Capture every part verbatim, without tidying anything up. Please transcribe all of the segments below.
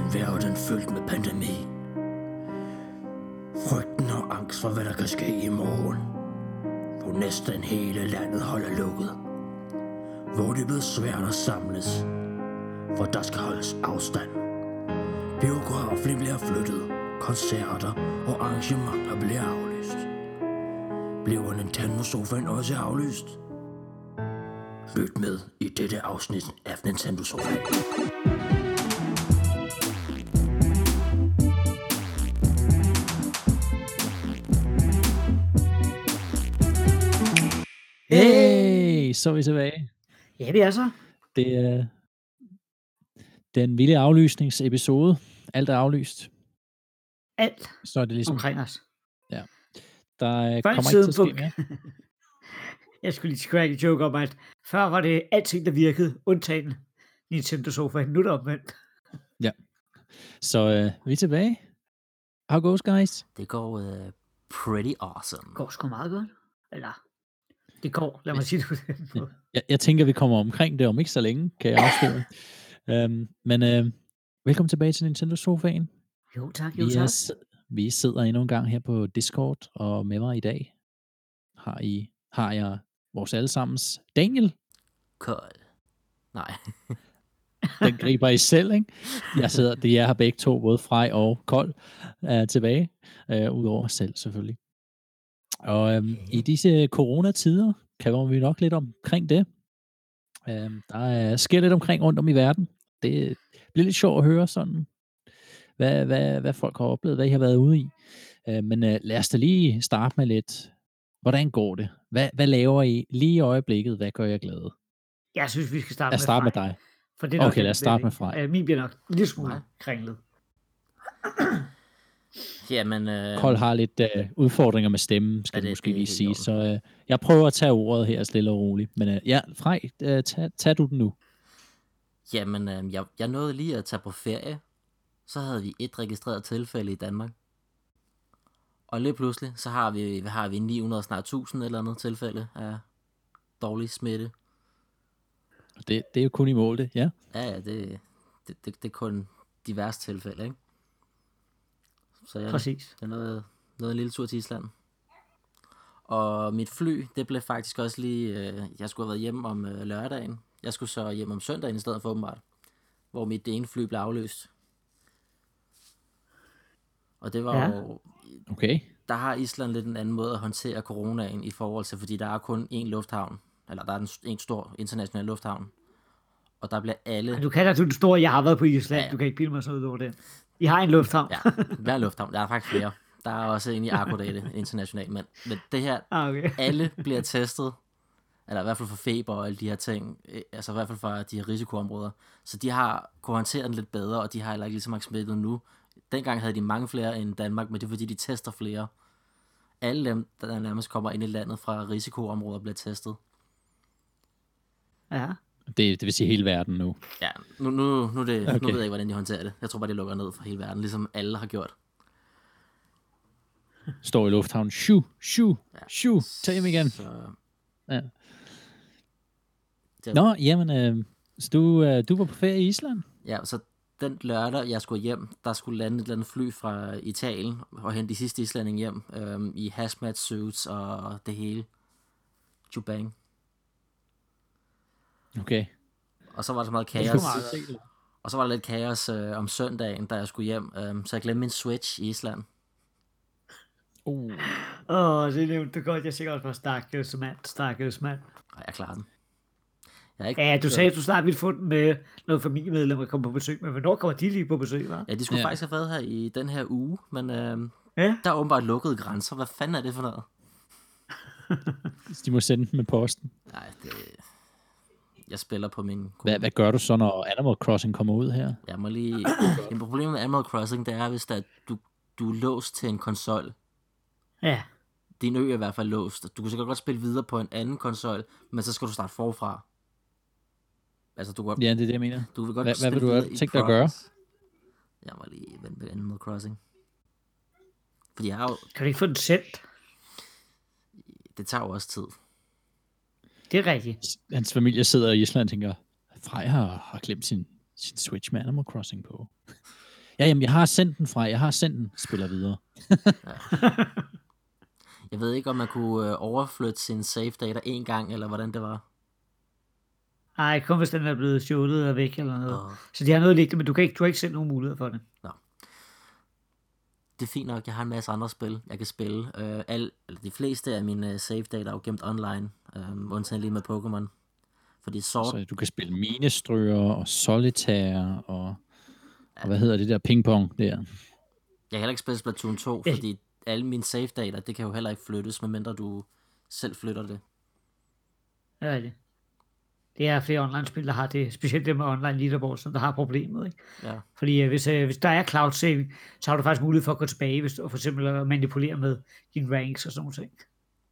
verden fyldt med pandemi. Frygten og angst for, hvad der kan ske i morgen. Hvor næsten hele landet holder lukket. Hvor det er blevet svært at samles, for der skal holdes afstand. Biografen bliver flyttet, koncerter og arrangementer bliver aflyst. Bliver Nintendo-sofaen også aflyst? Lyt med i dette afsnit af Nintendo-sofaen. Hey, så er vi tilbage. Ja, det er så. Det er den vilde aflysningsepisode. Alt er aflyst. Alt Så er det ligesom, omkring os. ja. Der Før i kommer ikke til tiden at ske på- mere. Jeg skulle lige crack en joke om, at før var det alting, der virkede, undtagen Nintendo Sofa. Nu er det omvendt. Så øh, vi er tilbage. How goes, guys? Det går uh, pretty awesome. Det går sgu meget godt. Eller, det går, lad mig sige det på den måde. Jeg, jeg tænker, vi kommer omkring det om ikke så længe, kan jeg afsløre. øhm, men øh, velkommen tilbage til Nintendo-sofaen. Jo tak, jo Vi, er, tak. s- vi sidder endnu en gang her på Discord, og med mig i dag har, I, har jeg vores allesammens Daniel. Kold. Nej. Den griber I selv, ikke? Jeg sidder, det er her begge to, både Frej og Kold, er tilbage, øh, udover selv selvfølgelig. Og øhm, i disse coronatider kan vi nok lidt omkring det. Øhm, der er, sker lidt omkring rundt om i verden. Det bliver lidt sjovt at høre sådan, hvad, hvad, hvad folk har oplevet, hvad I har været ude i. Øh, men øh, lad os da lige starte med lidt, hvordan går det? Hvad, hvad laver I lige i øjeblikket? Hvad gør jeg glade? Jeg synes, vi skal starte Lad os med starte med Frej. dig. For det er nok Okay, den, lad os der starte bliver med det. Frej. Øh, Min bliver nok en lille smule Nej. kringlet. Jamen, øh, Kold har lidt øh, udfordringer med stemmen, skal Ja, ja, det- måske det er lige helt i sige. orden. Så øh, jeg prøver at tage ordet her stille og roligt. Men øh, ja, Frej, øh, tag, tag du den nu. jamen øh, jeg, jeg nåede lige at tage på ferie. Så havde vi et registreret tilfælde i Danmark. Og lige pludselig, så har vi, hvad har vi ni hundrede, snart tusind eller andet tilfælde af dårlig smitte. Det, det er jo kun i mål, det. Ja. Ja, ja, det, det, det, det er kun de værste tilfælde, ikke? Så jeg, Præcis. jeg nåede, nåede en lille tur til Island. Og mit fly, det blev faktisk også lige... Øh, jeg skulle have været hjemme om øh, lørdagen. Jeg skulle så hjem om søndagen i stedet for åbenbart. Hvor mit ene fly blev afløst. Og det var Ja. jo... Okay. Der har Island lidt en anden måde at håndtere coronaen i forhold til, fordi der er kun én lufthavn. Eller der er en, en stor international lufthavn. Og der bliver alle... Men du kan da, du er den store, jeg har været på Island. Ja, ja. Du kan ikke bilde mig sådan ud over det. I har en lufthavn. Ja, der er en lufthavn. Der er faktisk flere. Der er også en i Akodate internationalt. Men, men det her, Ah, okay. alle bliver testet. Eller i hvert fald for feber og alle de her ting. øh, Altså i hvert fald fra de her risikoområder. Så de har kunne håndtere den lidt bedre, og de har heller ikke lige så mange smittet nu. Dengang havde de mange flere end Danmark, men det er fordi, de tester flere. Alle dem, der nærmest kommer ind i landet fra risikoområder, bliver testet. Ja. Det, det vil sige hele verden nu. Ja, nu, nu, nu, er det, okay. nu Okay. ved jeg ikke, hvordan de håndterer det. Jeg tror bare, det lukker ned for hele verden, ligesom alle har gjort. Står i lufthavnen. Shoo, shoo, shoo. Tag hjem igen. Så, Ja. Det- Nå, jamen, øh, så du, øh, du var på ferie i Island? ja, så den lørdag, jeg skulle hjem, der skulle lande et eller andet fly fra Italien og hente de sidste islænding hjem øhm, i hazmat suits og det hele. Jubang. Okay. Og så var der så meget Det er kaos. sgu meget godt. Og så var der lidt kaos øh, om søndagen, da jeg skulle hjem. Øhm, så jeg glemte min Switch i Island. Uh. Åh, oh, det nævnte du godt. Jeg siger også bare stakkels mand, stakkels mand. Og jeg klarede den. Jeg er ikke, Ja, du sagde, at du snart ville få den med noget familiemedlem at komme på besøg, men hvornår kommer de lige på besøg, hva'? Ja, de skulle Ja. ja. faktisk have været her i den her uge, men øhm, Ja, der er åbenbart lukkede grænser. Hvad fanden er det for noget? De må sende den med posten. Nej, det... Jeg spiller på min... Hvad, hvad gør du så, når Animal Crossing kommer ud her? Jeg må lige... En problem med Animal Crossing, det er, hvis der, du, du er låst til en konsol. ja. Din ø er i hvert fald låst. Du kan sikkert godt spille videre på en anden konsol, men så skal du starte forfra. Altså, du, kan godt, Ja, det er det, jeg mener. du vil godt Hvad- hvad spille vil du videre have i tænkt dig at gøre? progress. Jeg må lige vente med Animal Crossing. Fordi jeg har jo, Kan du ikke få den sendt? det tager jo også tid. Det er rigtigt. Hans familie sidder i Island og tænker, Frej har, har glemt sin, sin Switch med Animal Crossing på. Ja, jamen, jeg har sendt den fra. Jeg har sendt den. Spiller videre. Jeg ved ikke, om man kunne øh, overflytte sin save data en gang, eller hvordan det var. Nej, kun hvis den er blevet stjålet og væk eller noget. Og Så de har noget liggende, men du kan ikke, du har ikke selv nogen mulighed for det. det er fint nok, jeg har en masse andre spil, jeg kan spille. Øh, al, eller de fleste af mine øh, save data er jo gemt online, øh, undtagen lige med Pokémon. Fordi Sword, Så du kan spille Minestrøger og Solitaire og, og hvad hedder det der pingpong der. jeg kan heller ikke spille Splatoon to, Ja. fordi alle mine save data, det kan jo heller ikke flyttes, medmindre du selv flytter det. Det er det. Det er flere online-spil, der har det, specielt det med online leaderboard, som der har problemet, ikke? Ja. Fordi øh, hvis, øh, hvis der er cloud saving, så har du faktisk mulighed for at gå tilbage, hvis du for eksempel at manipulere med dine ranks og sådan noget ting.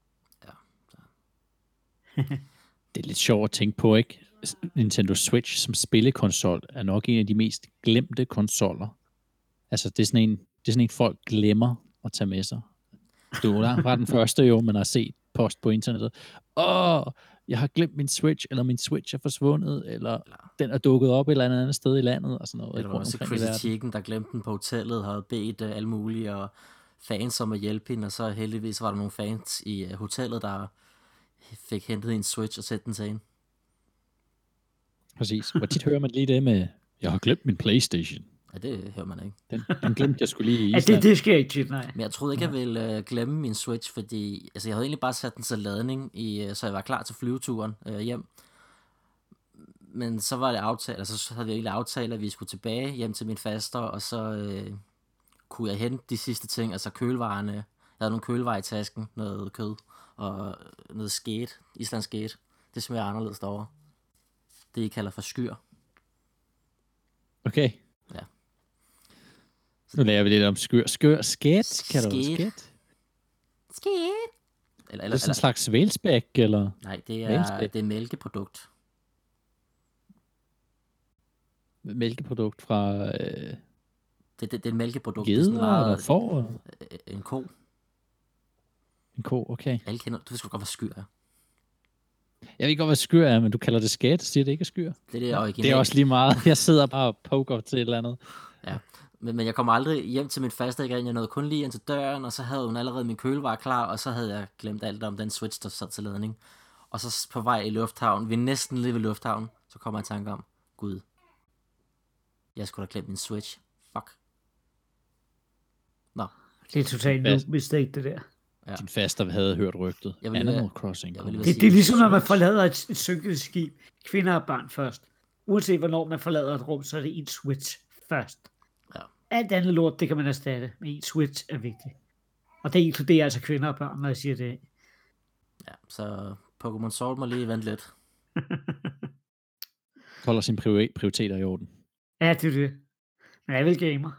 Det er lidt sjovt at tænke på, ikke? Nintendo Switch som spillekonsol er nok en af de mest glemte konsoller. Altså, det er sådan en, det er sådan en folk glemmer at tage med sig. Du er langt fra den første jo, man har set post på internettet. Åh, jeg har glemt min Switch, eller min Switch er forsvundet, eller den er dukket op et eller andet sted i landet, og sådan noget. Det ikke, var rundt også omkring i Chrissy verden. Chicken, der glemte den på hotellet, havde bedt uh, alle mulige og fans om at hjælpe hende, og så heldigvis var der nogle fans i uh, hotellet, der fik hentet en Switch og sat den til hende. Præcis. Hvor tit hører man lige det med, jeg har glemt min PlayStation. Ja, det hører man ikke. Den, den glemte jeg skulle lige i Ja, Island. det, det sker ikke tit, nej. Men jeg troede ikke, jeg ville uh, glemme min Switch, fordi altså, jeg havde egentlig bare sat den til ladning, i, uh, så jeg var klar til flyveturen uh, hjem. Men så var det aftalt, altså så havde vi egentlig aftalt, at vi skulle tilbage hjem til min faster, og så uh, kunne jeg hente de sidste ting, altså kølevarerne. Jeg havde nogle kølevarer i tasken, noget kød og noget skate, islandsk skate. Det smager anderledes derovre. Det, I kalder for skyr. Okay. Ja. Nu lærer vi lidt om skør. Skør. Sket? Kan du Sket. sket? Skate! Eller, Er eller, det sådan en eller, slags vælspæk, eller? nej, det er, Vælspæk? det er mælkeprodukt. Mælkeprodukt fra øh, Det, det, det er et mælkeprodukt. Det er sådan geder meget, og får og øh, en ko. en ko, okay. Alle kender, du ved sgu godt, hvad skyr er. Jeg ved godt, hvad skyr er, men du kalder det skat, siger det ikke er skyr. Det er det originale. Det er også lige meget. Jeg sidder bare og poker til et eller andet. Men, men jeg kom aldrig hjem til min faste igen. Jeg nåede kun lige ind til døren, og så havde hun allerede min kølevarer klar, og så havde jeg glemt alt om den Switch, der sad til ladning. Og så på vej i lufthavn, vi er næsten lige ved lufthavn, så kommer jeg i tanke om, gud, jeg skulle da glemt min Switch. Fuck. Nå, Det er totalt Hvad? noob mistake, det der. Ja. Din faster havde hørt rygtet. Jeg vil Animal lige- Crossing. jeg vil lige Det, sige- det er ligesom, når man forlader et, et synket skib. Kvinder og børn først. Uanset hvornår man forlader et rum, så er det en switch først. Ja. Alt andet lort, det kan man erstatte, men en switch er vigtig. Og det inkluderer altså kvinder og børn, når jeg siger det. ja, så Pokémon Sword må lige vente lidt. Holder sine priori- prioriteter i orden. Ja, det er det. Men jeg er vel gamer.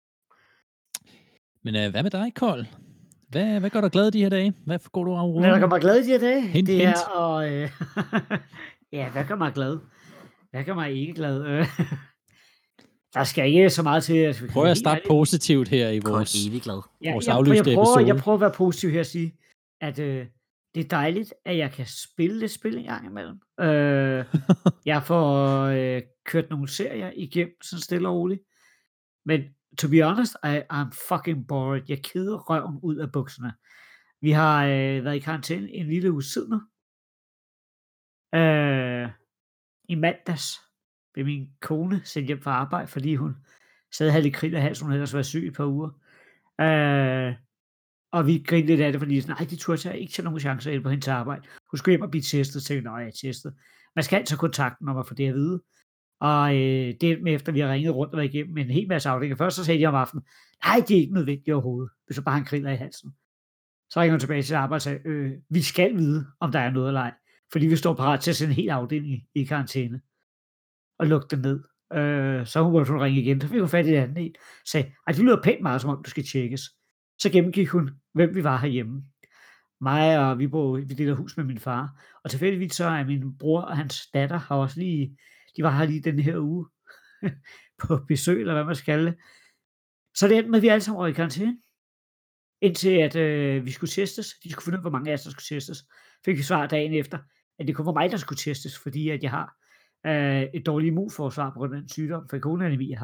Men øh, hvad med dig, Kold? Hvad, hvad gør dig glad de her dage? Hvad går du af Men der gør mig glad i de her dage, Hint, det hint. er og øh, ja, hvad gør mig glad? Hvad gør mig ikke glad? Øh, der skal ikke så meget til. At vi kan Prøv være at helt starte ærlige. positivt her i Kold vores... evig glad. Ja, vores jeg, jeg, aflyste jeg, prøver, jeg episode. prøver at være positiv her og sige, at øh, det er dejligt, at jeg kan spille lidt spil en gang imellem. Øh, jeg får øh, kørt nogle serier igennem, sådan stille og roligt. Men to be honest, I, I'm fucking bored. Jeg keder røven ud af bukserne. Vi har øh, været i karantæne en lille uge siden nu. Øh, I mandags blev min kone sendt hjem fra arbejde, fordi hun stadig havde lidt krill af halsen. Hun havde ellers været syg i et par uger. Øh, og vi grinede lidt af det, fordi sådan, nej, de turde jeg ikke tage nogen chancer på hendes arbejde. Hun skulle hjem og blive testet, så tænkte jeg, jeg er testet. Man skal altid kontakten om at få det at vide. Og øh, det med efter, vi har ringet rundt og været igennem en hel masse afdelinger. Først så sagde de om aftenen, nej, det er ikke nødvendigt overhovedet, hvis du bare har en kriller i halsen. Så ringer hun tilbage til arbejde og sagde, øh, vi skal vide, om der er noget eller ej. Fordi vi står parat til at sende en hel afdeling i karantæne. Og lukke den ned. Øh, så måtte hun ringe igen. Så fik hun fat i det andet en. Sagde, ej, det lyder pænt meget, som om du skal tjekkes. Så gennemgik hun, hvem vi var herhjemme. Mig og vi, bor, vi deler hus med min far. Og tilfældigvis så er min bror og hans datter har også lige, de var her lige den her uge på besøg, eller hvad man skal kalde det. Så det endte med, at vi alle sammen røg i karantæne. Indtil at øh, vi skulle testes. De skulle finde ud af, hvor mange af os, der skulle testes. Fik vi svar dagen efter, at det kun var mig, der skulle testes, fordi at jeg har øh, et dårligt immunforsvar på grund af den sygdom, for koneanemi, jeg har.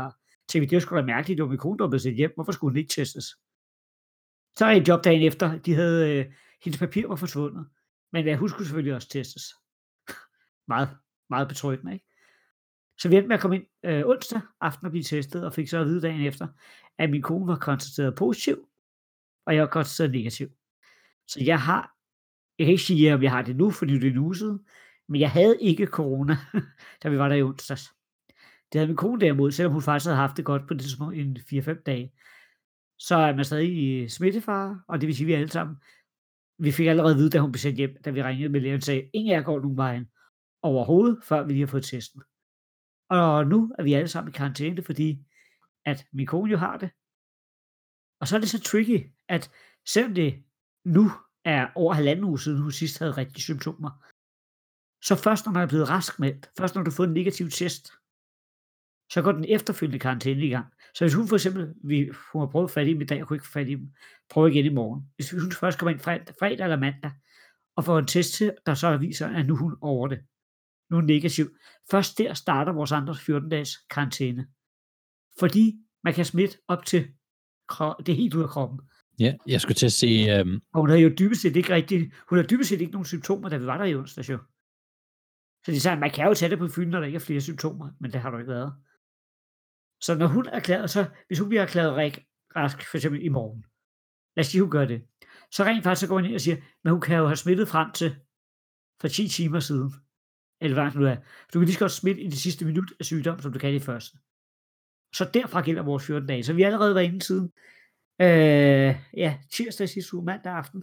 tænkte vi, det var sgu da mærkeligt, det var min kone, der var blevet sendt hjem. Hvorfor skulle hun ikke testes? Så er jeg i job dagen efter. De havde, øh, hendes papir var forsvundet. Men ja, hun skulle selvfølgelig også testes. meget, meget betryggende, ikke? Så vi endte med at komme ind øh, onsdag aften og blive testet, og fik så at vide dagen efter, at min kone var konstateret positiv, og jeg var konstateret negativ. Så jeg har, jeg kan ikke sige, om jeg har det nu, fordi det er en uge siden, men jeg havde ikke corona, da vi var der i onsdags. Det havde min kone derimod, selvom hun faktisk havde haft det godt på det tidspunkt en fire fem dage. Så er man stadig i smittefare, og det vil sige, at vi alle sammen, vi fik allerede at vide, da hun blev sendt hjem, da vi ringede med lægen og sagde, ingen af jer går nogen vejen overhovedet, før vi lige har fået testen. Og nu er vi alle sammen i karantæne, fordi at min kone jo har det. Og så er det så tricky, at selvom det nu er over halvanden uge siden, hun sidst havde rigtige symptomer, så først når man er blevet raskmeldt, først når du har fået en negativ test, så går den efterfølgende karantæne i gang. Så hvis hun for eksempel, vi, hun har prøvet at få fat i dem i dag, og kunne ikke få fat i dem, prøve igen i morgen. Hvis hun først kommer ind fredag, fredag eller mandag, og får en test til, der så viser, at nu er hun over det. Nu er negativ. Først der starter vores andre fjorten dages karantæne. Fordi man kan smitte op til det er helt ud af kroppen. Ja, jeg skulle til at sige... Um... Og hun havde jo dybest set ikke rigtig, hun havde dybest set ikke nogen symptomer, da vi var der i onsdags jo. Så de sagde, man kan jo tage det på fylden, når der ikke er flere symptomer, men det har der ikke været. Så når hun er erklæret, så hvis hun bliver erklæret rig, rask, for eksempel i morgen, lad os sige, hun gør det, så rent faktisk så går hun ind og siger, men hun kan jo have smittet frem til for ti timer siden. Eller hvad nu er. Du kan lige så godt smitte i det sidste minut af sygdom, som du kan i det første. Så derfra gælder vores fjorten dage. Så vi har allerede været inde siden øh, ja, tirsdag sidste uge, mandag aften.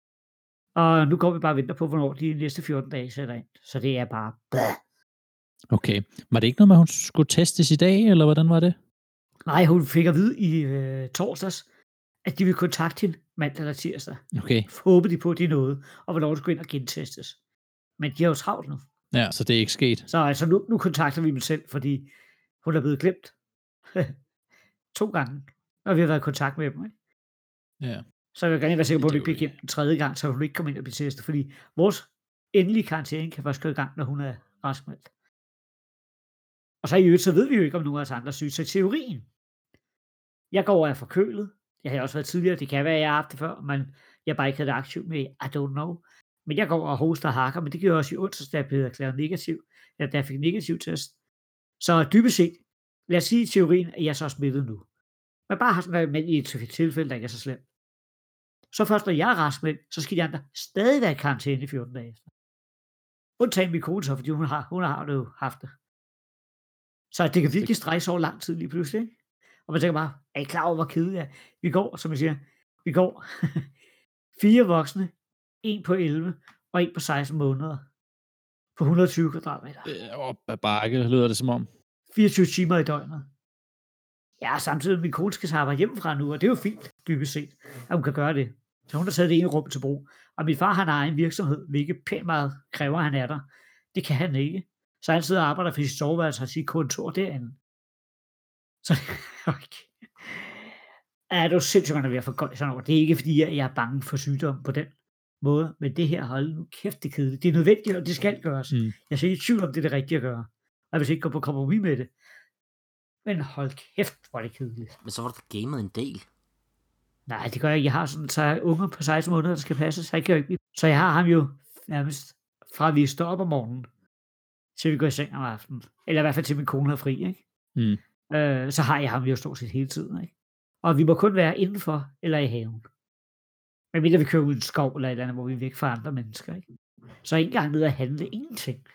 Og nu går vi bare og venter på, hvornår de næste fjorten dage sætter ind. Så det er bare blæh. Okay. Var det ikke noget med, at hun skulle testes i dag, eller hvordan var det? Nej, hun fik at vide i øh, torsdags, at de ville kontakte hende mandag eller tirsdag. Okay. Håber de på, at de nåede, og hvornår de skulle ind og gentestes. Men de har jo travlt nu. Ja, så det er ikke sket. Så altså, nu, nu kontakter vi dem selv, fordi hun er blevet glemt to gange, og vi har været i kontakt med dem. Ikke? Ja. Så jeg vil gerne være sikker på, at hun Det er ikke jo- bliver glemt den tredje gang, så hun ikke kommer ind og bliver testet, fordi vores endelige karantæne kan først gå i gang, når hun er raskmeldt. Og så i øvrigt, så ved vi jo ikke, om nogen af os andre er syge. Så i teorien, jeg går og er forkølet. Jeg har også været tidligere, det kan være, at jeg har haft det før, men jeg bare ikke havde det aktivt med, I don't know. Men jeg går og hoster og hakker, men det gjorde jeg også i onsdags, da jeg blev erklæret negativ, eller da jeg fik en negativ test. Så dybest set, lad os sige i teorien, at jeg så er smittet nu. Men bare har sådan været i et tilfælde, der ikke er så slemt. Så først når jeg er raskmeldt, så skal de andre stadig være i karantæne i fjorten dage efter. Undtagen min kone så, fordi hun har, hun har jo haft det. Så det kan virkelig stresse over lang tid lige pludselig. Ikke? Og man tænker bare, er I klar over, hvor kedeligt er? Vi går, som jeg siger, vi går fire voksne, en på elleve og en på seksten måneder på et hundrede og tyve kvadratmeter. Øh, op ad bakke, lyder det som om. fireogtyve timer i døgnet. Ja, samtidig min kone skal så arbejde hjemmefra nu, og det er jo fint, dybest set, at hun kan gøre det. Så hun har taget det ene rum til brug. Og min far, han har egen virksomhed, hvilket pænt meget kræver, han er der. Det kan han ikke. Så han sidder og arbejder for sit soveværelse og sit kontor derinde. Så okay. Er du sindssygt, man er ved at få godt i sådan over. Det er ikke, fordi jeg er bange for sygdom på den måde, men det her, hold nu kæft, det er kedeligt. Det er nødvendigt, og det skal gøres. Mm. Jeg er så ikke i tvivl om, det er det rigtige at gøre. Og hvis jeg ikke går på kompromis med det. Men hold kæft, hvor er det kedeligt. Men så var der gamet en del. Nej, det gør jeg ikke. Jeg har sådan så unger på seksten måneder, der skal passe, så jeg kan jo ikke. Så jeg har ham jo nærmest fra vi står op om morgenen, til vi går i seng om aftenen. Eller i hvert fald til min kone har fri, ikke? Mm. Øh, så har jeg ham jo stort set hele tiden, ikke? Og vi må kun være indenfor eller i haven. Men mindre vi kører ud i en skov eller et eller andet, hvor vi er væk fra andre mennesker, ikke? Så ikke engang ned at handle ingenting.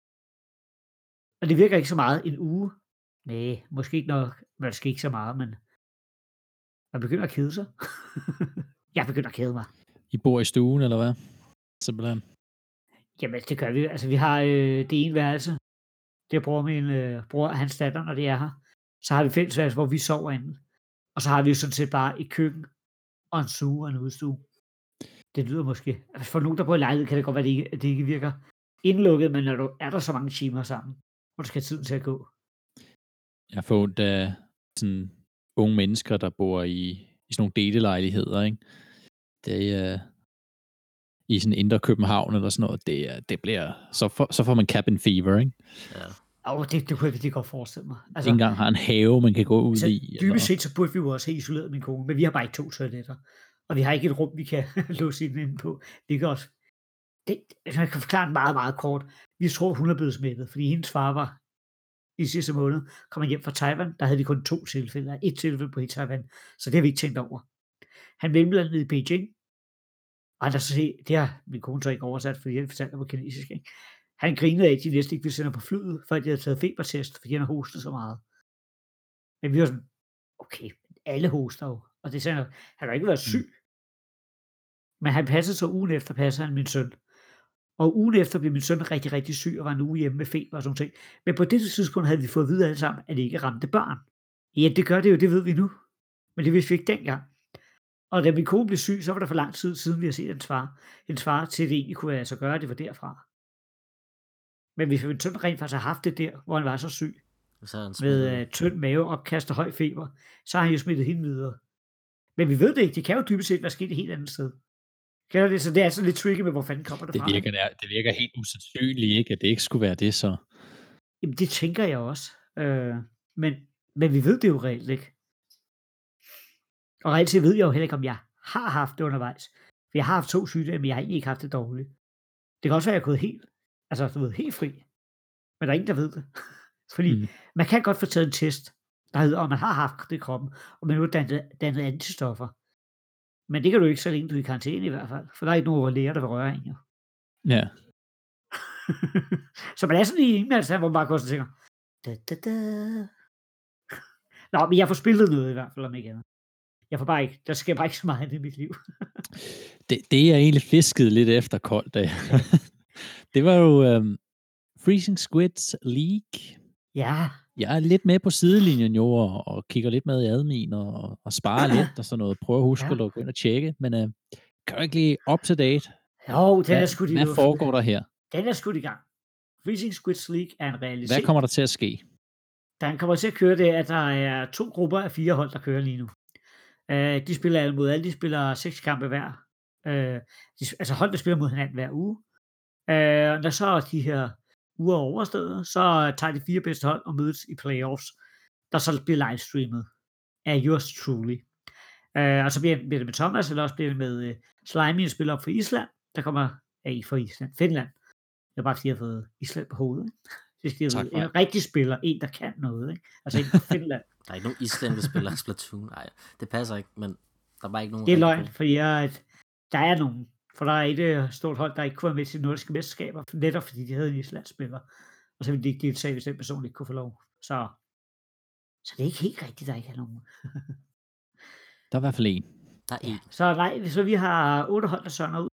Og det virker ikke så meget en uge. Nej, måske ikke nok, måske ikke så meget, men man begynder at kede sig. Jeg begynder at kede mig. I bor i stuen, eller hvad? Simpelthen. Jamen, det gør vi. Altså, vi har øh, det ene værelse. Det bruger min øh, bror og hans datter, når det er her. Så har vi fællesværelse, hvor vi sover inde. Og så har vi jo sådan set bare et køkken og en stue og en udstue. Det lyder måske... Altså, for nogen, der bor i lejlighed, kan det godt være, at det ikke, at det ikke virker indlukket, men når du er der så mange timer sammen, hvor du skal have tiden til at gå. Jeg får ondt af sådan unge mennesker, der bor i, i sådan nogle delelejligheder, ikke? Det er... i sådan indre København eller sådan noget, det, det bliver, så får, så får man cabin fever, ikke? Ja. Åh, det, det kunne jeg virkelig godt forestille mig. Ikke Altså, engang har en have, man kan gå ud altså i. dybest Eller... set, så burde vi jo også have isoleret min kone, men vi har bare ikke to toiletter. Og vi har ikke et rum, vi kan låse hende inde på. Det kan også... Det, altså, jeg kan forklare det meget, meget kort. Vi tror, hun er blevet smittet, fordi hendes far var i sidste måned, kom han hjem fra Taiwan, der havde de kun to tilfælde, et tilfælde på i Taiwan, så det har vi ikke tænkt over. Han mellemlandede i Beijing, og han har så set, det har min kone så ikke oversat, fordi jeg fortalte på kinesisk, ikke? Han grinede af, at de næsten ikke ville sende på flyet, for de havde taget febertest, fordi han har hostet så meget. Men vi var sådan, okay, alle hoster jo, og det sagde han, han har ikke været syg. Men han passede så ugen efter, passede han min søn. Og ugen efter blev min søn rigtig, rigtig syg, og var en uge hjemme med feber og sådan ting. Men på det tidspunkt havde vi fået at vide alle sammen, at det ikke ramte børn. Ja, det gør det jo, det ved vi nu. Men det vidste vi ikke dengang. Og da min kone blev syg, så var der for lang tid siden, vi har set hendes far. Hendes far til det egentlig kunne altså gøre, det var derfra. Men hvis min søn rent faktisk har haft det der, hvor han var så syg, Så er han med smittet. uh, tynd mave, opkast og høj feber, så har han jo smittet hende videre. Men vi ved det ikke. Det kan jo dybest set være sket et helt andet sted. Kender det? Så det er altså lidt tricky med, hvor fanden kommer det Det fra. virker, der, det virker helt usandsynligt, ikke? At det ikke skulle være det, så... Jamen, det tænker jeg også. Øh, men, men vi ved det jo reelt ikke. Og reelt set ved jeg jo heller ikke, om jeg har haft det undervejs. For jeg har haft to sygdomme, men jeg har egentlig ikke haft det dårligt. Det kan også være, at jeg er gået helt, altså du ved, helt fri. Men der er ingen, der ved det. Fordi Mm. man kan godt få taget en test, der hedder, om man har haft det i kroppen, og man nu har dannet, dannet antistoffer. Men det kan du ikke, så længe du er i karantæne i hvert fald. For der er ikke nogen læger, der vil røre en jo. Ja. Så man er sådan i en hvor man bare går og tænker, da, da, da. Nå, men jeg får spillet noget i hvert fald, om ikke andet. Jeg får bare ikke, der sker bare ikke så meget i mit liv. Det, det er egentlig fisket lidt efter koldt af. Det var jo um, Freezing Squids League. Ja. Jeg er lidt med på sidelinjen jo, og, og kigger lidt med i admin, og, og sparer lidt, og sådan noget. Prøver at huske Ja. at gå ind og tjekke, men uh, kan du ikke lige up to date? Jo, den er Hvad, skudt i hvad luften. foregår der her? Den er skudt i gang. Freezing Squids League er en realitet. Hvad kommer der til at ske? Den kommer til at køre det, at der er to grupper af fire hold, der kører lige nu. Uh, de spiller alle mod alle. De spiller seks kampe hver. Uh, de, altså hold, der spiller mod hinanden hver uge. Uh, når så er de her uger overstået, så tager de fire bedste hold og mødes i playoffs, der så bliver livestreamet af yours truly. Uh, og så bliver, bliver det med Thomas, eller også bliver det med uh, Slimy, en spiller op for Island. Der kommer, ja, ikke for Island, Finland. Det er bare, fordi jeg har fået Island på hovedet. Ikke? Det skal jeg vide. En rigtig spiller, en der kan noget. Ikke? Altså en fra Finland. Der er ikke nogen Island, der spiller Splatoon. Nej, det passer ikke, men der er bare ikke nogen... Det er rigtig løgn, gode. fordi jeg, at der er nogen. For der er et øh, stort hold, der ikke kunne være med til de nordiske mesterskaber, netop fordi de havde en islandspiller. Og så ville de ikke deltage, hvis den person ikke kunne få lov. Så, så det er ikke helt rigtigt, der ikke er nogen. Der er i hvert fald en. Der er en. Så nej, så vi har otte hold, der sønder ud.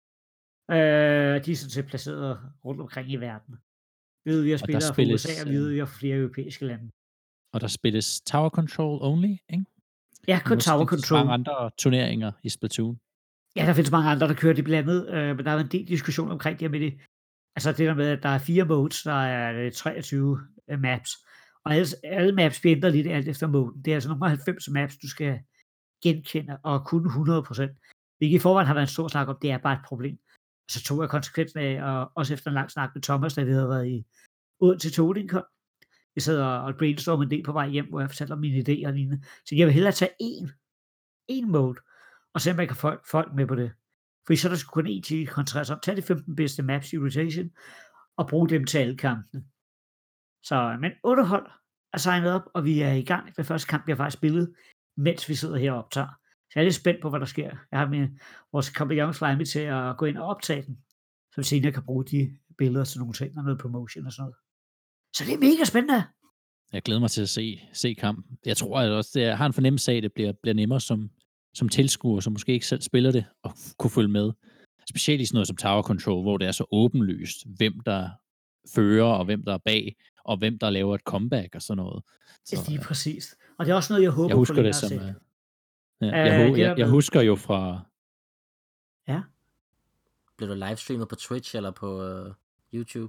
Øh, de er sådan set placeret rundt omkring i verden. Vi ved, vi har Og der spillere fra spilles, U S A, og vi ved, vi har flere europæiske lande. Og der spilles Tower Control only, ikke? Ja, kun Måske Tower ikke så Control. mange andre turneringer i Splatoon. Ja, der findes mange andre, der kører det blandet, øh, men der er en del diskussion omkring det med det. Altså det der med, at der er fire modes, der er treogtyve øh, maps, og alle, alle maps bliver ændret lidt alt efter moden. Det er altså nogle halvfems maps, du skal genkende og kunne hundrede procent. Hvilket i forvejen har været en stor snak om, det er bare et problem. Så tog jeg konsekvensen af, og også efter en lang snak med Thomas, da vi havde været i Odense til Odin-Con. Jeg sad og brainstormede en del på vej hjem, hvor jeg fortalte om mine idéer og lignende. Så jeg vil hellere tage én, én mode, og se om jeg kan få folk med på det. Fordi så er der sgu kun én til at koncentrere sig om. Tag de femten bedste maps i rotation, og brug dem til alle kampene. Så, men otte hold er signet op, og vi er i gang. Den første kamp bliver faktisk spillet, mens vi sidder her og optager. Så jeg er lidt spændt på, hvad der sker. Jeg har min, vores kompagnon Slimy til at gå ind og optage den, så vi senere kan bruge de billeder til nogle ting, og noget promotion og sådan noget. Så det er mega spændende. Jeg glæder mig til at se, se kampen. Jeg tror at også, det er, jeg har en fornemmelse af, at det bliver, bliver nemmere som, som tilskuer, som måske ikke selv spiller det, og f- kunne følge med. Specielt i sådan noget som Tower Control, hvor det er så åbenlyst, hvem der fører, og hvem der er bag, og hvem der laver et comeback og sådan noget. Så, Det er præcis. Og det er også noget, jeg håber jeg husker på det som... sigt. Uh, ja, jeg, Øh, uh, det jeg, der jeg med- husker jo fra... Ja. Bliver du livestreamet på Twitch eller på uh, YouTube?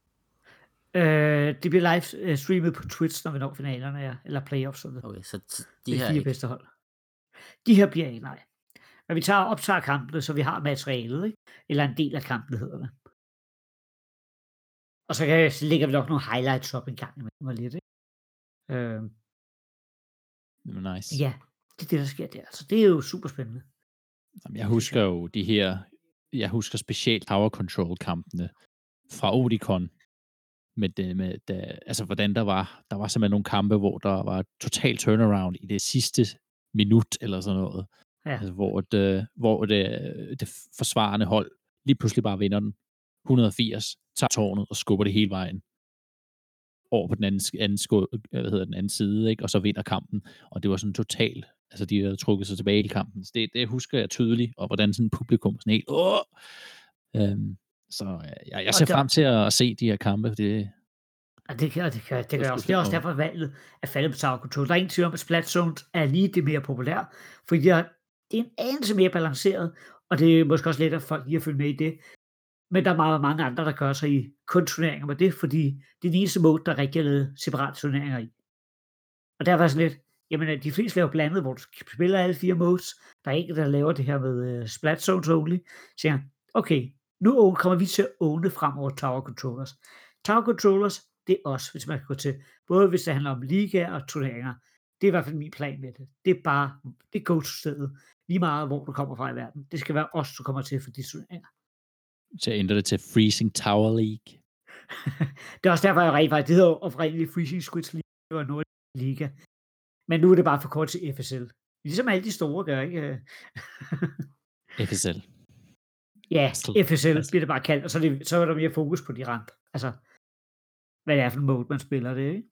Øh, det bliver live øh, streamet på Twitch, når vi når finalerne, ja. Eller playoffs. Sådan. Okay, så t- De de det her fire ikke. bedste hold. De her bliver ikke, nej. Men vi tager optager kampene, så vi har materialet, ikke? Eller en del af kampene hedder det. Og så, kan, så lægger vi nok nogle highlights op en gang imellem lidt. Ikke? Øh, Det var nice. ja, det er det, der sker der. Altså, det er jo super spændende. Jamen, jeg husker jo de her, jeg husker specielt Tower Control-kampene fra Oticon, med det, med det, altså hvordan der var, der var simpelthen nogle kampe, hvor der var total turnaround i det sidste minut, eller sådan noget, Ja. altså, hvor, det, hvor det, det forsvarende hold lige pludselig bare vinder den et hundrede og firs, tager tårnet og skubber det hele vejen over på den anden, anden, sko, hvad hedder den anden side, ikke? Og så vinder kampen, og det var sådan total, altså de havde trukket sig tilbage i kampen, så det, det husker jeg tydeligt, og hvordan sådan publikum sådan helt, åh! Øhm, så jeg, jeg ser der, frem til at, at se de her kampe, det og det, og det, kan, det, kan også, det er også derfor, at valget er faldet på Tower Control. Der er ingen tvivl om, at Splat Zones er lige det mere populære, fordi det er, det er en anelse mere balanceret, og det er måske også lettere for folk lige at følge med i det. Men der er meget mange andre, der gør sig i kun turneringer med det, fordi det er den eneste mode, der rigtig er lavet separate turneringer i. Og derfor er sådan lidt, jamen de fleste laver blandet, hvor du spiller alle fire modes. Der er ikke der laver det her med uh, Splat Zones only. Så jeg, okay, nu kommer vi til at åbne fremover Tower Controllers. Tower Controllers, det er også, hvis man kan gå til, både hvis det handler om ligaer og turneringer. Det er i hvert fald min plan med det. Det er bare, det går til stedet. Lige meget, hvor du kommer fra i verden. Det skal være os, du kommer til for de turneringer. Så jeg ændrer det til Freezing Tower League. Det er også derfor, jeg rigtig faktisk, det hedder oprindeligt Freezing Squids League, det var Nordic Liga. Men nu er det bare for kort til F S L. Ligesom alle de store gør, ikke? F S L. Ja, F S L bliver det bare kaldt, og så er, det, så er der mere fokus på de rent. Altså, hvad det er for en mode, man spiller det, ikke?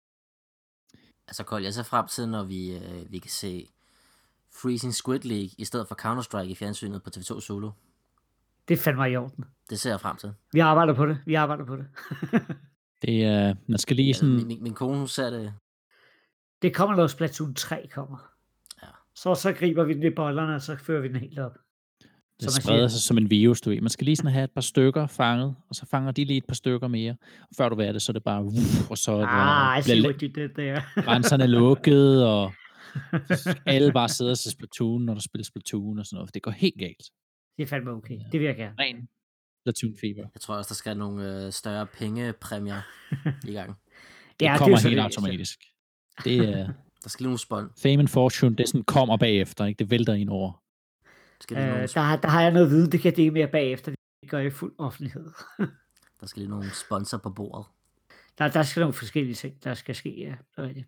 Altså, Kold, jeg ser frem til, når vi, øh, vi kan se Freezing Squid League i stedet for Counter-Strike i fjernsynet på T V to Zulu. Det fandt mig i orden. Det ser jeg frem til. Vi arbejder på det. Vi arbejder på det. Det er, uh, man skal lige sådan... Ja, min, min, min kone, hun ser det... Det kommer, når Splatoon tre kommer. Ja. Så, så griber vi den i bollerne, og så fører vi den helt op. Det spreder sig som en virus, du ved. Man skal lige sådan have et par stykker fanget, og så fanger de lige et par stykker mere. Og før du ved det, så er det bare... Uh, og så ah, der, bliver det, det der. grænserne lukket, og alle bare sidder og ser Splatoon, når der spiller Splatoon og sådan noget. Det går helt galt. Det er fandme okay. Det vil jeg gerne. Ren Splatoon fever. Jeg tror også, der skal nogle øh, større pengepræmier i gang. Det ja, kommer det helt automatisk. Det er... Der skal lige nogle spånd. Fame and Fortune, det sådan kommer bagefter, ikke? Det vælter ind over. Skal øh, nogle... der, der har jeg noget viden, det kan jeg dele mere bagefter. Det gør jeg i fuld offentlighed. Der skal lige nogle sponsor på bordet. Der, der skal nogle forskellige ting, der skal ske, ja. Det er det.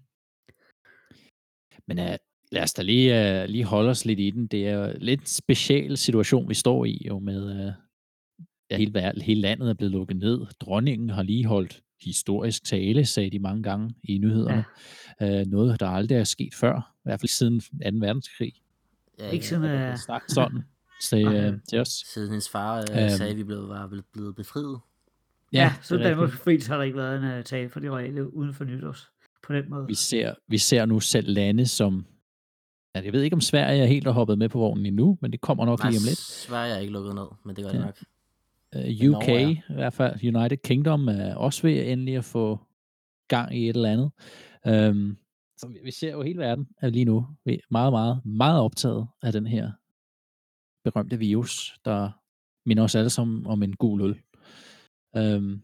Men uh, lad os da lige, uh, lige holde os lidt i den. Det er jo lidt en speciel situation, vi står i, jo med uh, ja, hele, verden, hele landet er blevet lukket ned. Dronningen har lige holdt historisk tale, sagde de mange gange i nyhederne. Ja. Uh, noget, der aldrig er sket før, i hvert fald siden anden verdenskrig. Ja, ikke sådan, at uh... sagt sådan sagde, uh, til os. Siden hendes far uh, um, sagde, at vi blev, var blevet befriet. Ja, ja så Danmarks befrielse har der ikke været en uh, tale for de reelle uden for nytårs på den måde. Vi ser, vi ser nu selv lande, som... Ja, jeg ved ikke, om Sverige er helt hoppet med på vognen endnu, men det kommer nok Nej, lige om lidt. Sverige er ikke lukket ned, men det gør det ja. nok. Uh, U K, i hvert fald United Kingdom, er også ved endelig at få gang i et eller andet. Um, så vi, vi ser jo hele verden er lige nu meget, meget, meget optaget af den her berømte virus, der minder os alle sammen om en gul øl. Um,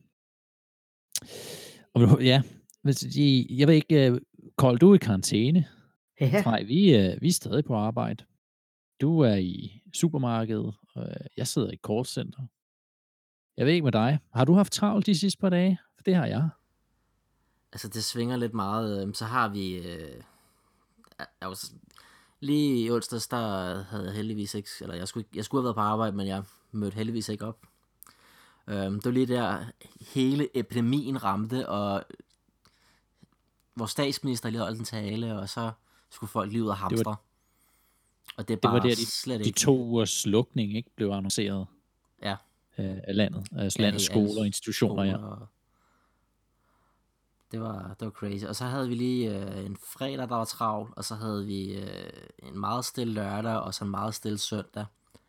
og ja, jeg ved ikke, Kold, du er i karantæne. Ja. Nej, vi, vi er stadig på arbejde. Du er i supermarkedet, og jeg sidder i callcenter. Jeg ved ikke med dig. Har du haft travlt de sidste par dage? For det har jeg. Altså, det svinger lidt meget. Så har vi... Øh, jeg var, lige i onsdags, der havde jeg heldigvis ikke... Eller jeg skulle, jeg skulle have været på arbejde, men jeg mødte heldigvis ikke op. Um, det var lige der, hele epidemien ramte, og vores statsminister lige holdt en tale, og så skulle folk lige ud og hamstre. Det var, og det er bare det var der, de, slet de ikke... to ugers lukning ikke blev annonceret ja. af landet, altså ja, landets skoler og institutioner. Skoler, ja. Og det var, det var crazy. Og så havde vi lige øh, en fredag, der var travl, og så havde vi øh, en meget stille lørdag, og så en meget stille søndag.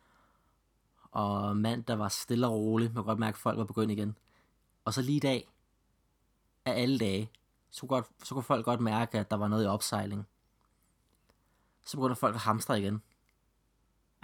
Og mandag var stille og rolig. Man kunne godt mærke, at folk var begyndt igen. Og så lige i dag, af alle dage, så, godt, så kunne folk godt mærke, at der var noget i opsejling. Så begynder folk at hamstre igen.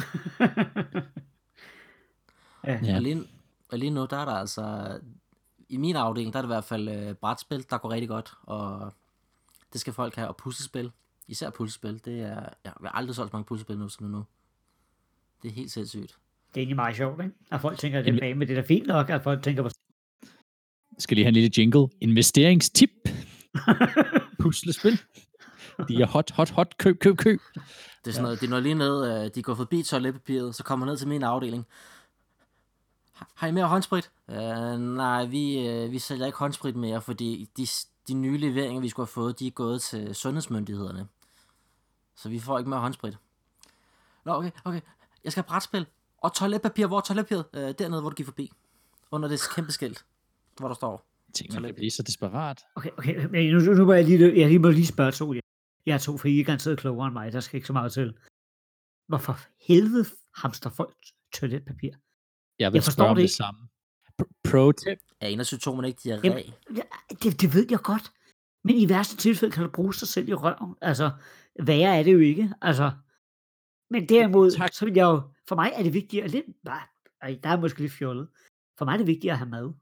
ja. Og, lige, og lige nu, der er der altså... i min afdeling, der er det i hvert fald øh, brætspil, der går rigtig godt, og det skal folk have, og puslespil. Især puslespil, det er, jeg har aldrig solgt så mange puslespil nu som nu. Det er helt sindssygt. Det er egentlig meget sjovt, ikke? At folk tænker, at det er bag, men det er da fint nok, at folk tænker på... Skal lige have en lille jingle. Investeringstip. Puslespil. De er hot, hot, hot. Køb, køb, køb. Det er sådan noget, det er noget lige ned, øh, de går forbi toiletpapiret, så kommer ned til min afdeling. Har I mere håndsprit? Uh, nej, vi, uh, vi sælger ikke håndsprit mere, fordi de, de nye leveringer, vi skulle have fået, de er gået til sundhedsmyndighederne. Så vi får ikke mere håndsprit. Nå, okay, okay. Jeg skal have brætspil. Og toiletpapir. Hvor er toiletpapiret? Uh, dernede, hvor du gik forbi. Under det kæmpe skilt, hvor der står. Tænk, man kan blive så desperat. Okay, okay, men nu, nu må jeg lige, jeg lige må lige spørge to. Jeg er to, for I er garanteret klogere end mig. Der skal ikke så meget til. Hvorfor helvede hamster folk toiletpapir? Jeg vil Jeg forstår spørge om det det ikke. samme. P- Pro tip. Er en af symptomerne ikke diarré? Jamen, ja, det, det ved jeg godt. Men i værste tilfælde kan du bruge sig selv i røven. Altså, værre er det jo ikke. Altså, men derimod, Tak. så vil jeg jo, for mig er det vigtigt at lidt, nej, ej, der er måske lidt fjollet. For mig er det vigtigt at have mad.